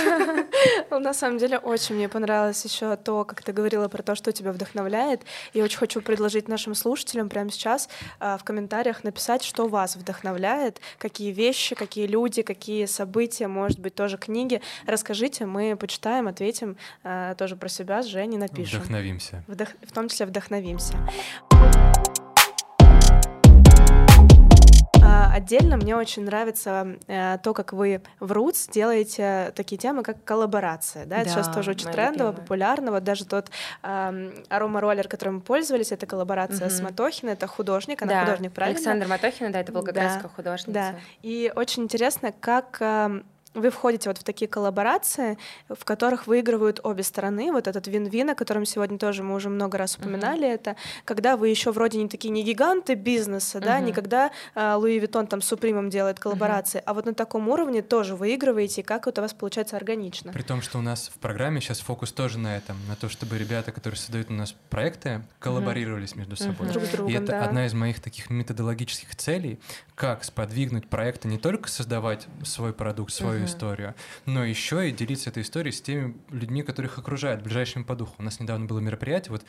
На самом деле очень мне понравилось еще то, как ты говорила про то, что тебя вдохновляет. И очень хочу предложить нашим слушателям прямо сейчас в комментариях написать, что вас вдохновляет, какие вещи, какие люди, какие события, может быть, тоже книги. Расскажите, мы почитаем, ответим тоже про себя с Женей, напишем. Вдохновимся. В том числе вдохновимся. Отдельно мне очень нравится то, как вы в Roots делаете такие темы, как коллаборация. Да? Это сейчас тоже очень трендово, популярно. Вот даже тот аромароллер, которым мы пользовались, это коллаборация с Матохиной, это художник, она художник, правильно? Александра Матохина, да, это волгоградская художница. Да, и очень интересно, как вы входите вот в такие коллаборации, в которых выигрывают обе стороны. Вот этот вин-вин, о котором сегодня тоже мы уже много раз упоминали, это когда вы еще вроде не гиганты бизнеса, да, не когда Луи Виттон там с Супримом делает коллаборации, а вот на таком уровне тоже выигрываете, и как это у вас получается органично. При том, что у нас в программе сейчас фокус тоже на этом, на то, чтобы ребята, которые создают у нас проекты, коллаборировались между собой. Друг с другом, и это одна из моих таких методологических целей, как сподвигнуть проекты не только создавать свой продукт, свою историю, но еще и делиться этой историей с теми людьми, которых их окружают, ближайшими по духу. У нас недавно было мероприятие вот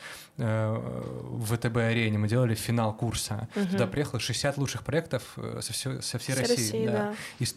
в ВТБ-арене, мы делали финал курса. Туда приехало 60 лучших проектов со всей России, да. Из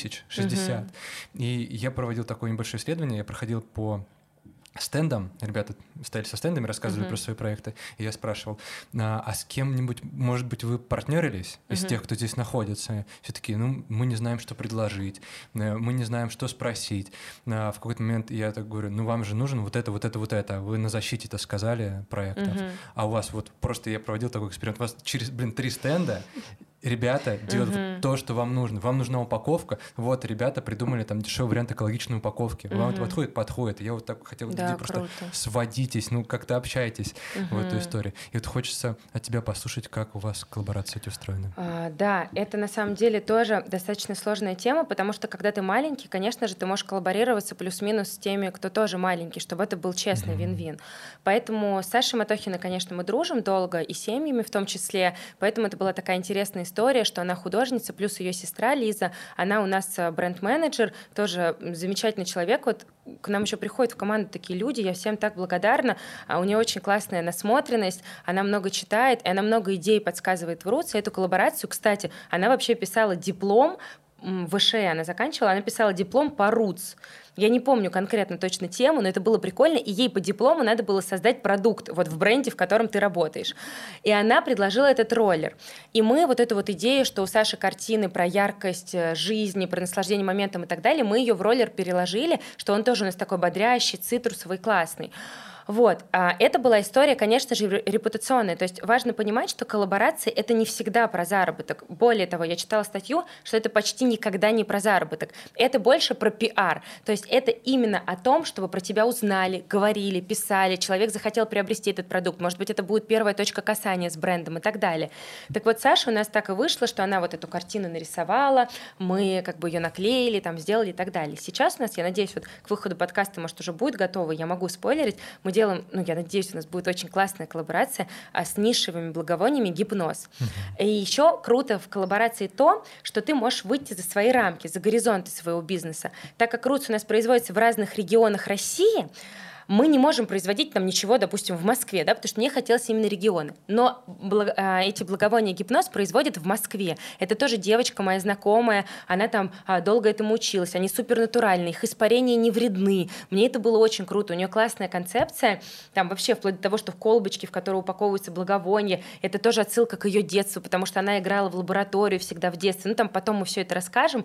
3060. И я проводил такое небольшое исследование, я проходил по стендом, ребята стояли со стендами, рассказывали про свои проекты, и я спрашивал, а с кем-нибудь, может быть, вы партнерились из тех, кто здесь находится? Все такие, ну, мы не знаем, что предложить, мы не знаем, что спросить. В какой-то момент я так говорю, ну, вам же нужен вот это, вы на защите-то сказали проектов, а у вас вот просто я проводил такой эксперимент, у вас через, 3 стенда ребята делают вот то, что вам нужно. Вам нужна упаковка. Вот, ребята придумали там дешевый вариант экологичной упаковки. Вам это подходит? Подходит. Я вот так хотел, да, просто сводитесь, ну, как-то общайтесь в эту историю. И вот хочется от тебя послушать, как у вас коллаборации эти устроены. Да, это на самом деле тоже достаточно сложная тема, потому что когда ты маленький, конечно же, ты можешь коллаборироваться плюс-минус с теми, кто тоже маленький, чтобы это был честный вин-вин. Поэтому с Сашей Матохиной, конечно, мы дружим долго, и семьями в том числе, поэтому это была такая интересная история, что она художница, плюс ее сестра Лиза, она у нас бренд-менеджер, тоже замечательный человек. Вот к нам еще приходят в команду такие люди, я всем так благодарна. У нее очень классная насмотренность, она много читает, и она много идей подсказывает в Roots. И эту коллаборацию, кстати, она вообще писала диплом, в ВШЭ она заканчивала, она писала диплом по Roots. Я не помню конкретно точно тему, но это было прикольно, и ей по диплому надо было создать продукт вот в бренде, в котором ты работаешь. И она предложила этот роллер. И мы вот эту вот идею, что у Саши картины про яркость жизни, про наслаждение моментом и так далее, мы ее в роллер переложили, что он тоже у нас такой бодрящий, цитрусовый, классный. Вот. Это была история, конечно же, репутационная. То есть важно понимать, что коллаборации — это не всегда про заработок. Более того, я читала статью, что это почти никогда не про заработок. Это больше про пиар. То есть это именно о том, чтобы про тебя узнали, говорили, писали, человек захотел приобрести этот продукт. Может быть, это будет первая точка касания с брендом и так далее. Так вот, Саша у нас так и вышло, что она вот эту картину нарисовала, мы как бы ее наклеили, там, сделали и так далее. Сейчас у нас, я надеюсь, вот к выходу подкаста, может, уже будет готово, я могу спойлерить, мы делаем, ну, я надеюсь, у нас будет очень классная коллаборация с нишевыми благовониями «Гипноз». И еще круто в коллаборации то, что ты можешь выйти за свои рамки, за горизонты своего бизнеса. Так как Roots у нас производится в разных регионах России, мы не можем производить там ничего, допустим, в Москве, да, потому что мне хотелось именно регионы. Но эти благовония «Гипноз» производят в Москве. Это тоже девочка моя знакомая, она там долго этому училась, они супернатуральные, их испарения не вредны. Мне это было очень круто, у нее классная концепция, там вообще вплоть до того, что в колбочке, в которой упаковываются благовония, это тоже отсылка к ее детству, потому что она играла в лабораторию всегда в детстве. Ну, там потом мы все это расскажем.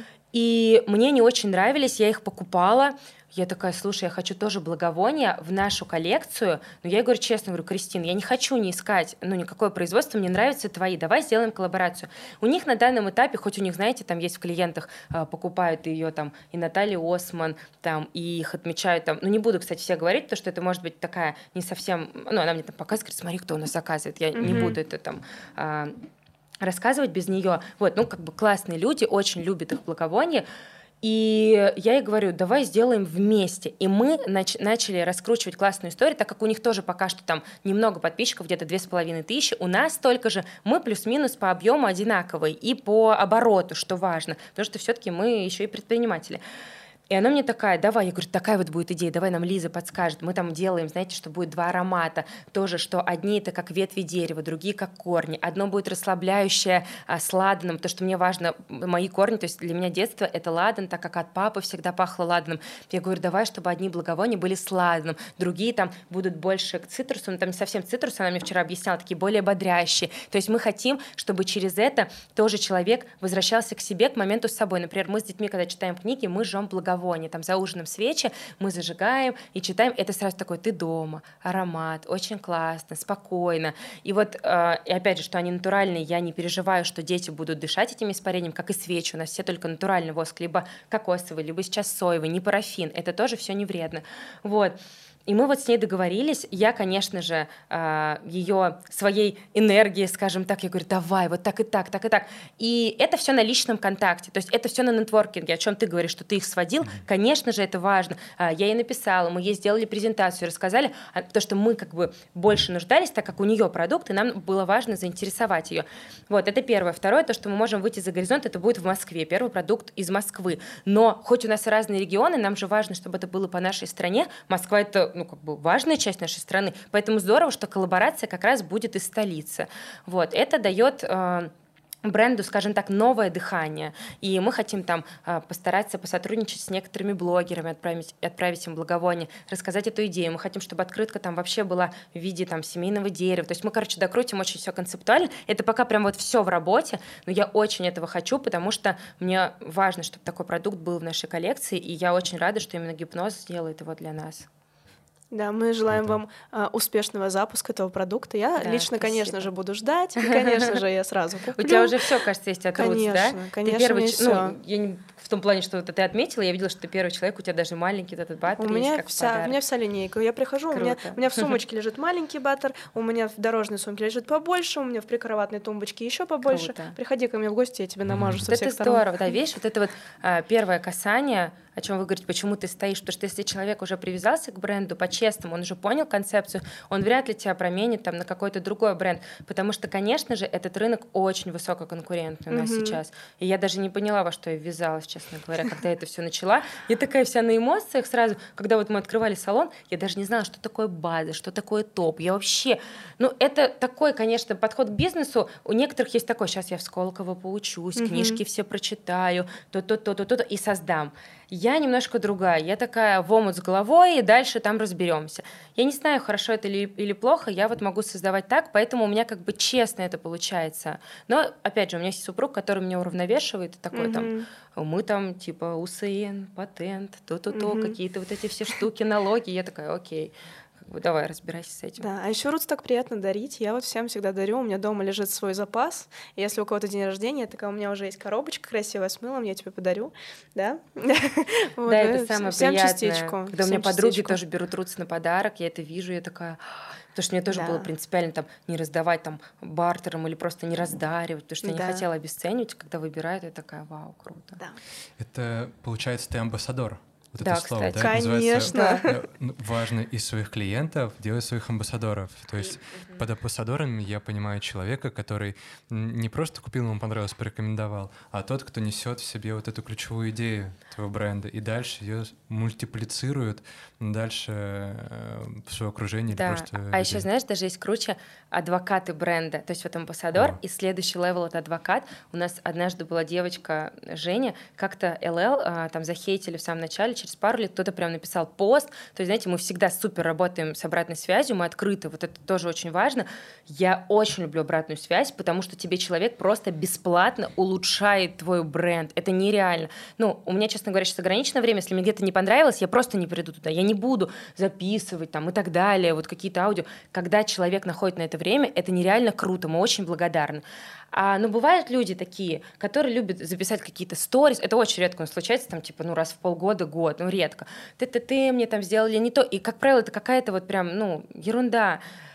И мне они очень нравились, я их покупала. Я такая, слушай, я хочу тоже благовония в нашу коллекцию. Но я говорю честно, говорю, Кристин, я не хочу не искать, ну, никакое производство, мне нравятся твои, давай сделаем коллаборацию. У них на данном этапе, хоть у них, знаете, там есть в клиентах, покупают ее там и Наталья Осман, там, и их отмечают там, ну, не буду, кстати, все говорить, потому что это может быть такая не совсем, ну, она мне там показывает, говорит, смотри, кто у нас заказывает, я не буду это там рассказывать без нее. Вот, ну, как бы классные люди, очень любят их благовония. И я ей говорю, давай сделаем вместе. И мы начали раскручивать классную историю, так как у них тоже пока что там немного подписчиков, где-то 2500, у нас столько же, мы плюс-минус по объему одинаковые и по обороту, что важно, потому что все-таки мы еще и предприниматели. И она мне такая, давай, я говорю, такая вот будет идея, давай нам Лиза подскажет. Мы там делаем, знаете, что будет 2 аромата. Тоже, что одни это как ветви дерева, другие как корни. Одно будет расслабляющее с ладаном, потому что мне важно, мои корни, то есть для меня детство это ладан, так как от папы всегда пахло ладаном. Я говорю, давай, чтобы одни благовония были с ладаном, другие там будут больше к цитрусу, но там не совсем цитрус, она мне вчера объясняла, такие более бодрящие. То есть мы хотим, чтобы через это тоже человек возвращался к себе, к моменту с собой. Например, мы с детьми, когда читаем книги, мы жжем благовония. Там за ужином свечи мы зажигаем и читаем. Это сразу такой, ты дома, аромат, очень классно, спокойно. И вот, и опять же, что они натуральные, я не переживаю, что дети будут дышать этими испарениями, как и свечи. У нас все только натуральный воск, либо кокосовый, либо сейчас соевый, не парафин. Это тоже все не вредно. Вот. И мы вот с ней договорились, я, конечно же, ее своей энергией, скажем так, я говорю, давай, вот так и так, так и так. И это все на личном контакте, то есть это все на нетворкинге, о чем ты говоришь, что ты их сводил, конечно же, это важно. Я ей написала, мы ей сделали презентацию, рассказали, то, что мы как бы больше нуждались, так как у нее продукт, и нам было важно заинтересовать ее. Вот, это первое. Второе, то, что мы можем выйти за горизонт, это будет в Москве, первый продукт из Москвы. Но хоть у нас и разные регионы, нам же важно, чтобы это было по нашей стране. Москва — это как бы важная часть нашей страны, поэтому здорово, что коллаборация как раз будет из столицы. Вот, это дает бренду, скажем так, новое дыхание. И мы хотим там постараться посотрудничать с некоторыми блогерами, отправить им благовоние, рассказать эту идею. Мы хотим, чтобы открытка там вообще была в виде там семейного дерева. То есть мы, короче, докрутим очень все концептуально. Это пока прям вот все в работе, но я очень этого хочу, потому что мне важно, чтобы такой продукт был в нашей коллекции, и я очень рада, что именно Гипноз сделает его для нас. Да, мы желаем вам успешного запуска этого продукта. Я лично, спасибо. Конечно же, буду ждать. И, конечно же, я сразу куплю. У тебя уже все, кажется, есть от Roots, да? Конечно, ты первый, всё. Я не в том плане, что ты отметила, я видела, что ты первый человек, у тебя даже маленький этот баттер у меня есть, как у меня вся линейка. Я прихожу, у меня в сумочке лежит маленький баттер, у меня в дорожной сумке лежит побольше, у меня в прикроватной тумбочке еще побольше. Круто. Приходи ко мне в гости, я тебе намажу со всех это сторон. здорово, да, видишь, вот это вот первое касание, о чем вы говорите, почему ты стоишь, потому что если человек уже привязался к бренду по-честному, он уже понял концепцию, он вряд ли тебя променит там на какой-то другой бренд, потому что, конечно же, этот рынок очень высококонкурентный у нас сейчас, и я даже не поняла, во что я ввязалась, честно говоря, когда я это все начала. Я такая вся на эмоциях сразу, когда вот мы открывали салон, я даже не знала, что такое база, что такое топ, я вообще, это такой, конечно, подход к бизнесу, у некоторых есть такой, сейчас я в Сколково поучусь, книжки все прочитаю, то-то, и создам. Я немножко другая, я такая в омут с головой, и дальше там разберемся. Я не знаю, хорошо это или плохо, я вот могу создавать так, поэтому у меня как бы честно это получается. Но, опять же, у меня есть супруг, который меня уравновешивает, такой там, мы там типа УСН, патент, то-то, какие-то вот эти все штуки, налоги, я такая, окей. Давай, разбирайся с этим. Да, а еще Roots так приятно дарить. Я вот всем всегда дарю. У меня дома лежит свой запас. И если у кого-то день рождения, такая у меня уже есть коробочка красивая с мылом, я тебе подарю. Да? Да, это самое приятное. Частичку. Когда у меня подруги тоже берут Roots на подарок, я это вижу, я такая... Потому что мне тоже было принципиально там не раздавать там бартером или просто не раздаривать, потому что я не хотела обесценивать. Когда выбирают, я такая, вау, круто. Да. Это, получается, ты амбассадор. Вот да, это слово, кстати. да? Конечно. Важно из своих клиентов делать своих амбассадоров. То есть под амбассадором я понимаю человека, который не просто купил, ему понравилось, порекомендовал, а тот, кто несет в себе вот эту ключевую идею твоего бренда и дальше ее мультиплицирует дальше в свое окружение. Да. Или просто а еще, знаешь, даже есть круче адвокаты бренда. То есть вот амбассадор, и следующий левел — это адвокат. У нас однажды была девочка Женя, как-то ЛЛ там захейтили в самом начале, через пару лет кто-то прям написал пост. То есть, знаете, мы всегда супер работаем с обратной связью, мы открыты, вот это тоже очень важно. Я очень люблю обратную связь, потому что тебе человек просто бесплатно улучшает твой бренд. Это нереально. У меня, честно говоря, сейчас ограниченное время, если мне где-то не понравилось, я просто не приду туда, я не буду записывать там и так далее, вот какие-то аудио. Когда человек находит на это время, это нереально круто, мы очень благодарны. Но бывают люди такие, которые любят записать какие-то сторис. Это очень редко случается, там, типа, раз в полгода, год, редко. Ты мне там сделали не то. И, как правило, это какая-то вот прям, ерунда.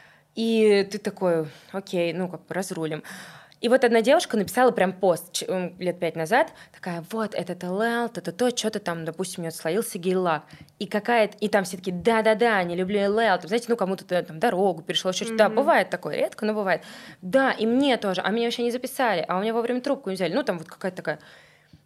И ты такой, окей, разрулим. И вот одна девушка написала прям пост лет 5 назад, такая, вот, этот ЛЛ, что-то там, допустим, у нее отслоился гель-лак. И там все такие, да-да-да, не люблю ЛЛ, там, знаете, кому-то там дорогу перешел, еще что-то. Да, бывает такое, редко, но бывает. Да, и мне тоже, а меня вообще не записали, а у меня вовремя трубку не взяли. Там вот какая-то такая...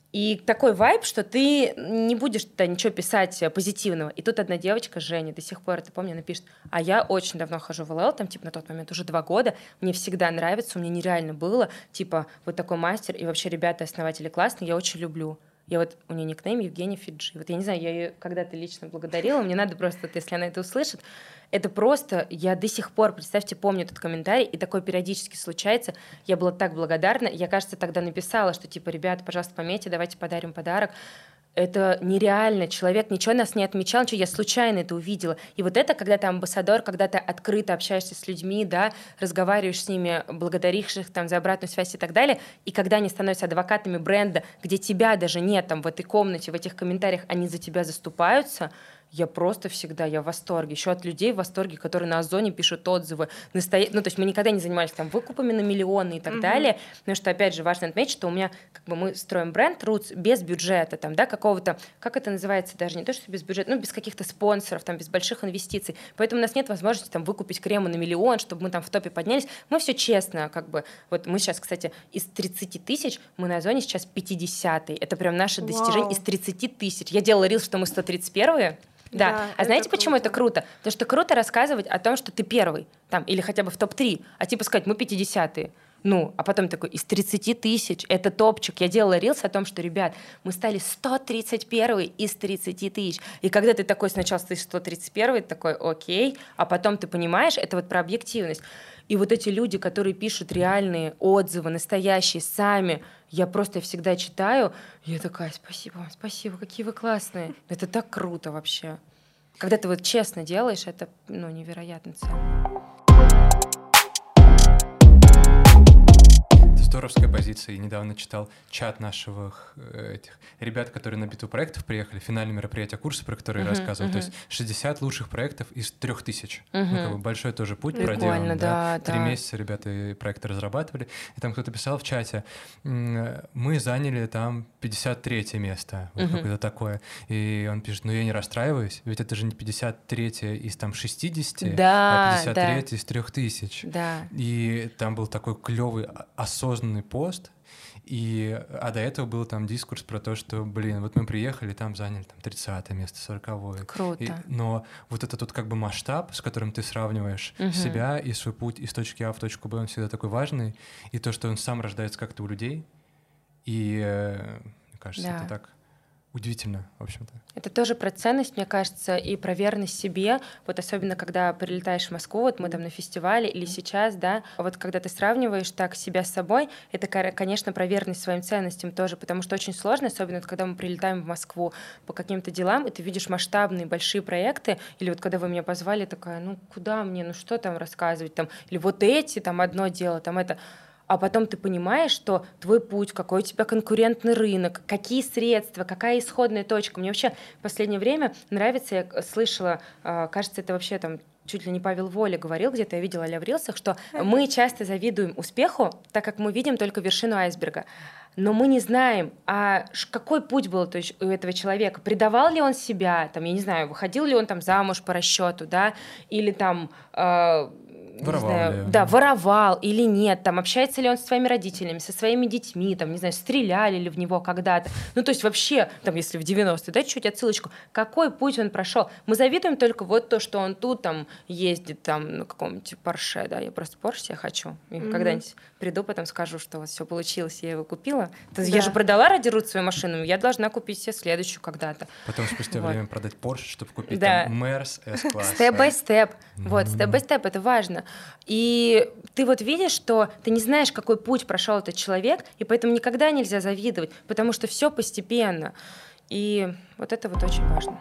И такой вайб, что ты не будешь туда ничего писать позитивного. И тут одна девочка, Женя, до сих пор это помню, она пишет: а я очень давно хожу в ЛЛ, там, типа, на тот момент уже 2 года, мне всегда нравится, у меня нереально было, типа, вот такой мастер, и вообще ребята, основатели классные, я очень люблю. Я вот, у нее никнейм Евгения Фиджи. Вот я не знаю, я ее когда-то лично благодарила, мне надо просто, вот, если она это услышит, это просто, я до сих пор, представьте, помню этот комментарий, и такое периодически случается. Я была так благодарна. Я, кажется, тогда написала, что типа, ребята, пожалуйста, пометьте, давайте подарим подарок. Это нереально. Человек ничего нас не отмечал, ничего, я случайно это увидела. И вот это, когда ты амбассадор, когда ты открыто общаешься с людьми, да, разговариваешь с ними, благодаришь их там за обратную связь и так далее, и когда они становятся адвокатами бренда, где тебя даже нет там в этой комнате, в этих комментариях, они за тебя заступаются, я просто всегда, я в восторге. Еще от людей в восторге, которые на Озоне пишут отзывы. Ну, то есть мы никогда не занимались там выкупами на миллионы и так далее. Потому что, опять же, важно отметить, что у меня, как бы, мы строим бренд Roots без бюджета, там, да, какого-то, как это называется, даже не то, что без бюджета, ну, без каких-то спонсоров, там, без больших инвестиций. Поэтому у нас нет возможности там выкупить крема на миллион, чтобы мы там в топе поднялись. Мы все честно, как бы, вот мы сейчас, кстати, из 30 тысяч, мы на Озоне сейчас 50-й. Это прям наше достижение из 30 тысяч. Я делала рилс, что мы 131-е. Да. А знаете, почему это круто? Потому что круто рассказывать о том, что ты первый, там, или хотя бы в топ-3, а типа сказать, мы 50-е. Ну, а потом такой, из 30 тысяч, это топчик. Я делала рилс о том, что, ребят, мы стали 131 из 30 тысяч. И когда ты такой сначала стоишь 131, ты такой, окей, а потом ты понимаешь, это вот про объективность. И вот эти люди, которые пишут реальные отзывы, настоящие, сами, я просто всегда читаю, я такая, спасибо вам, спасибо, какие вы классные. Это так круто вообще. Когда ты вот честно делаешь, это, ну, невероятно ценно. Здоровская позиция. Я недавно читал чат наших этих ребят, которые на битву проектов приехали, финальное мероприятие курса, про который я рассказывал. То есть 60 лужших проектов из 3000. Ну, как бы большой тоже путь проделан. Да. 3 месяца ребята проекты разрабатывали. И там кто-то писал в чате, мы заняли там 53 место. Вот какое-то такое. И он пишет, ну я не расстраиваюсь, ведь это же не 53 из там 60, а 53 из 3000. Да. И там был такой клевый, осознанный пост, а до этого был там дискурс про то, что, блин, вот мы приехали, там заняли там 30-е место, 40-е. Круто. Но вот этот вот как бы масштаб, с которым ты сравниваешь себя и свой путь из точки А в точку Б, он всегда такой важный, и то, что он сам рождается как-то у людей, и мне кажется, это так удивительно, в общем-то. Это тоже про ценность, мне кажется, и про верность себе. Вот особенно, когда прилетаешь в Москву, вот мы там на фестивале или сейчас, да, вот когда ты сравниваешь так себя с собой, это, конечно, про верность своим ценностям тоже, потому что очень сложно, особенно вот, когда мы прилетаем в Москву по каким-то делам, и ты видишь масштабные большие проекты, или вот когда вы меня позвали, такая, ну куда мне, ну что там рассказывать, там, или вот эти, там одно дело, там это... А потом ты понимаешь, что твой путь, какой у тебя конкурентный рынок, какие средства, какая исходная точка. Мне вообще в последнее время нравится, я слышала, кажется, это вообще там чуть ли не Павел Воля говорил, где-то я видела в рилсах, что мы часто завидуем успеху, так как мы видим только вершину айсберга. Но мы не знаем, а какой путь был, то есть, у этого человека. Предавал ли он себя, там, я не знаю, выходил ли он там замуж по расчету, да, или там... воровал или нет, там, общается ли он с своими родителями, со своими детьми, там, не знаю, стреляли ли в него когда-то. Ну, то есть вообще, там, если в 90-е, дайте чуть отсылочку, какой путь он прошел. Мы завидуем только вот то, что он тут там ездит там на каком-нибудь Порше, да, я просто Порше себе хочу. И когда-нибудь приду, потом скажу, что вот все получилось, я его купила. Я же продала ради Рут свою машину, я должна купить себе следующую когда-то. Потом спустя время продать Порше, чтобы купить там Мерс S-класс. Степ-бай-степ. Вот, степ-бай-степ, это важно. И ты вот видишь, что ты не знаешь, какой путь прошел этот человек, и поэтому никогда нельзя завидовать, потому что все постепенно. И вот это вот очень важно.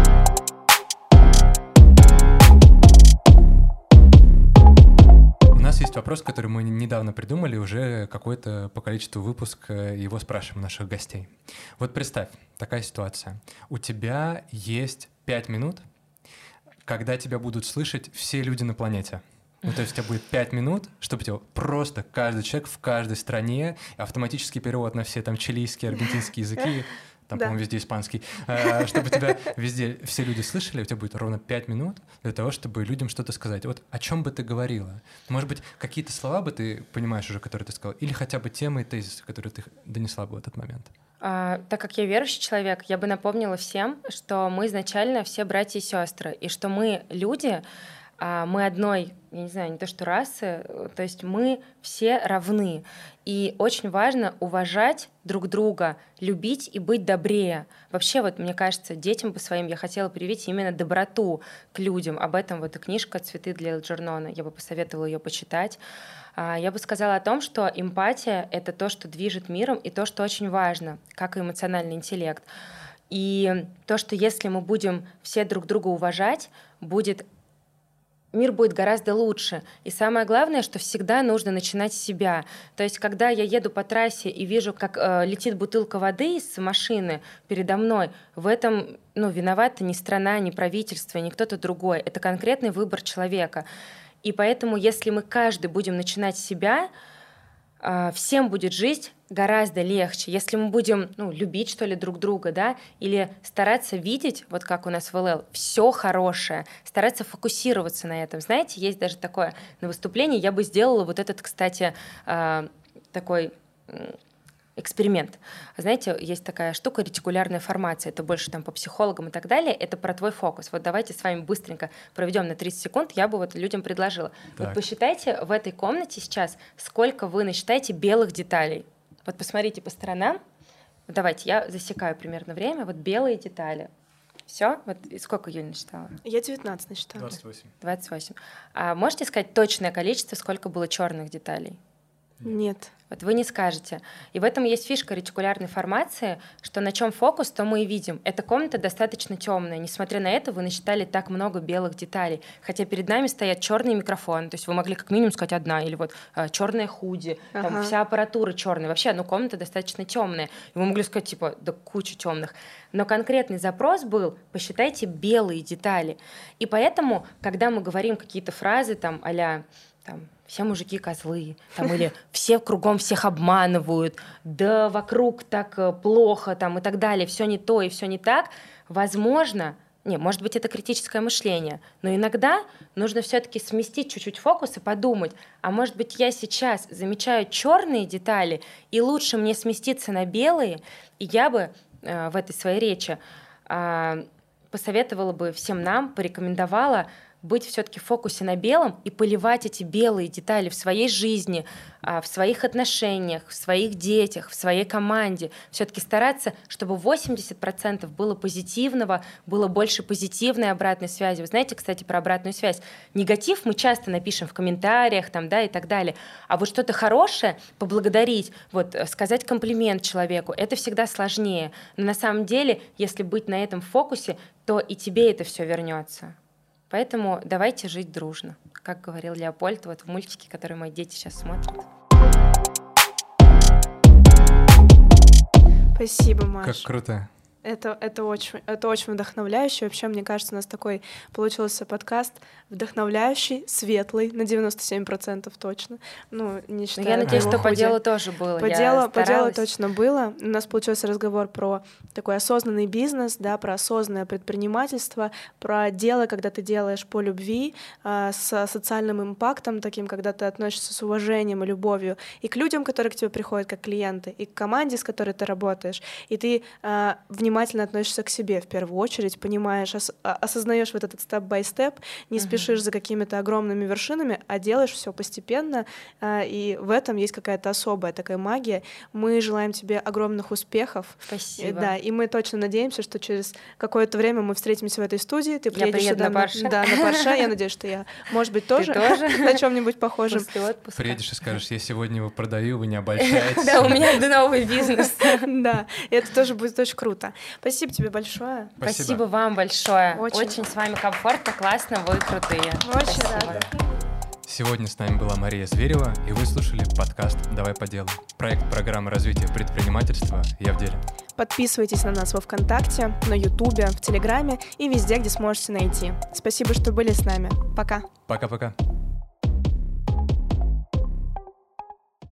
У нас есть вопрос, который мы недавно придумали, уже какое-то по количеству выпуска его спрашиваем наших гостей. Вот представь, такая ситуация. У тебя есть 5 минут, когда тебя будут слышать все люди на планете. Ну, то есть у тебя будет 5 минут, чтобы тебя просто каждый человек в каждой стране, автоматический перевод на все там чилийские, аргентинские языки. там, по-моему, везде испанский, чтобы тебя везде все люди слышали, у тебя будет ровно 5 минут для того, чтобы людям что-то сказать. Вот о чем бы ты говорила? Может быть, какие-то слова бы ты понимаешь уже, которые ты сказала, или хотя бы темы и тезисы, которые ты донесла бы в этот момент? Так как я верующий человек, я бы напомнила всем, что мы изначально все братья и сестры, и что мы люди, мы одной, я не знаю, не то что расы, то есть мы все равны. И очень важно уважать друг друга, любить и быть добрее. Вообще, вот мне кажется, детям бы своим я хотела привить именно доброту к людям. Об этом вот и книжка «Цветы для Элджернона», я бы посоветовала ее почитать. Я бы сказала о том, что эмпатия — это то, что движет миром, и то, что очень важно, как и эмоциональный интеллект. И то, что если мы будем все друг друга уважать, мир будет гораздо лучше. И самое главное, что всегда нужно начинать с себя. То есть, когда я еду по трассе и вижу, как летит бутылка воды из машины передо мной, в этом виновата не страна, не правительство, не кто-то другой. Это конкретный выбор человека. И поэтому, если мы каждый будем начинать с себя, всем будет жить гораздо легче. Если мы будем любить, что ли, друг друга, да, или стараться видеть, вот как у нас в ЛЛ, все хорошее, стараться фокусироваться на этом. Знаете, есть даже такое на выступлении, я бы сделала вот этот, кстати, такой эксперимент. Знаете, есть такая штука ретикулярная формация, это больше там по психологам и так далее, это про твой фокус. Вот давайте с вами быстренько проведем на 30 секунд, я бы вот людям предложила. Так. Вот посчитайте в этой комнате сейчас, сколько вы насчитаете белых деталей. Вот посмотрите по сторонам. Вот давайте, я засекаю примерно время. Вот белые детали. Все? Вот сколько Юля насчитала? Я 19 насчитала. 28. А можете сказать точное количество, сколько было черных деталей? Нет. Вот вы не скажете. И в этом есть фишка ретикулярной формации, что на чем фокус, то мы и видим. Эта комната достаточно темная. Несмотря на это, вы насчитали так много белых деталей. Хотя перед нами стоят черные микрофоны. То есть вы могли как минимум сказать одна, или вот черная худи, там вся аппаратура черная. Вообще, комната достаточно темная. И вы могли сказать, типа, да куча темных. Но конкретный запрос был: посчитайте белые детали. И поэтому, когда мы говорим какие-то фразы, там, а-ля, там, все мужики козлы, там, или все кругом всех обманывают, да вокруг так плохо, там, и так далее, все не то и все не так, возможно, может быть, это критическое мышление, но иногда нужно все-таки сместить чуть-чуть фокус и подумать, а может быть, я сейчас замечаю черные детали, и лучше мне сместиться на белые, и я бы в этой своей речи посоветовала бы всем нам, порекомендовала быть все-таки в фокусе на белом и поливать эти белые детали в своей жизни, в своих отношениях, в своих детях, в своей команде. Все-таки стараться, чтобы 80% было позитивного, было больше позитивной обратной связи. Вы знаете, кстати, про обратную связь. Негатив мы часто напишем в комментариях там, да, и так далее. А вот что-то хорошее, поблагодарить, вот, сказать комплимент человеку, это всегда сложнее. Но на самом деле, если быть на этом фокусе, то и тебе это все вернется. Поэтому давайте жить дружно, как говорил Леопольд вот в мультике, который мои дети сейчас смотрят. Спасибо, Маш. Как круто. Это очень вдохновляюще. Вообще, мне кажется, у нас такой получился подкаст вдохновляющий, светлый, на 97% точно. Не считая. Я надеюсь, что по делу тоже было. По делу точно было. У нас получился разговор про такой осознанный бизнес, да, про осознанное предпринимательство, про дело, когда ты делаешь по любви, с социальным импактом таким, когда ты относишься с уважением и любовью и к людям, которые к тебе приходят как клиенты, и к команде, с которой ты работаешь, и ты внимательно относишься к себе в первую очередь, понимаешь, осознаешь вот этот степ-бай-степ, не спешишь за какими-то огромными вершинами, а делаешь все постепенно, и в этом есть какая-то особая такая магия. Мы желаем тебе огромных успехов. Спасибо. Да, и мы точно надеемся, что через какое-то время мы встретимся в этой студии, ты приедешь сюда на Порше. Да, на Порше. Я надеюсь, что я, может быть, тоже на чем-нибудь похожем. Приедешь и скажешь: я сегодня его продаю, вы не обольщаетесь. Да, у меня новый бизнес. Да, это тоже будет очень круто. Спасибо тебе большое. Спасибо вам большое. Очень с вами комфортно, классно, вы крутые. Очень рада. Сегодня с нами была Мария Зверева, и вы слушали подкаст «Давай по делу». Проект программы развития предпринимательства «Я в деле». Подписывайтесь на нас во ВКонтакте, на Ютубе, в Телеграме и везде, где сможете найти. Спасибо, что были с нами. Пока. Пока-пока.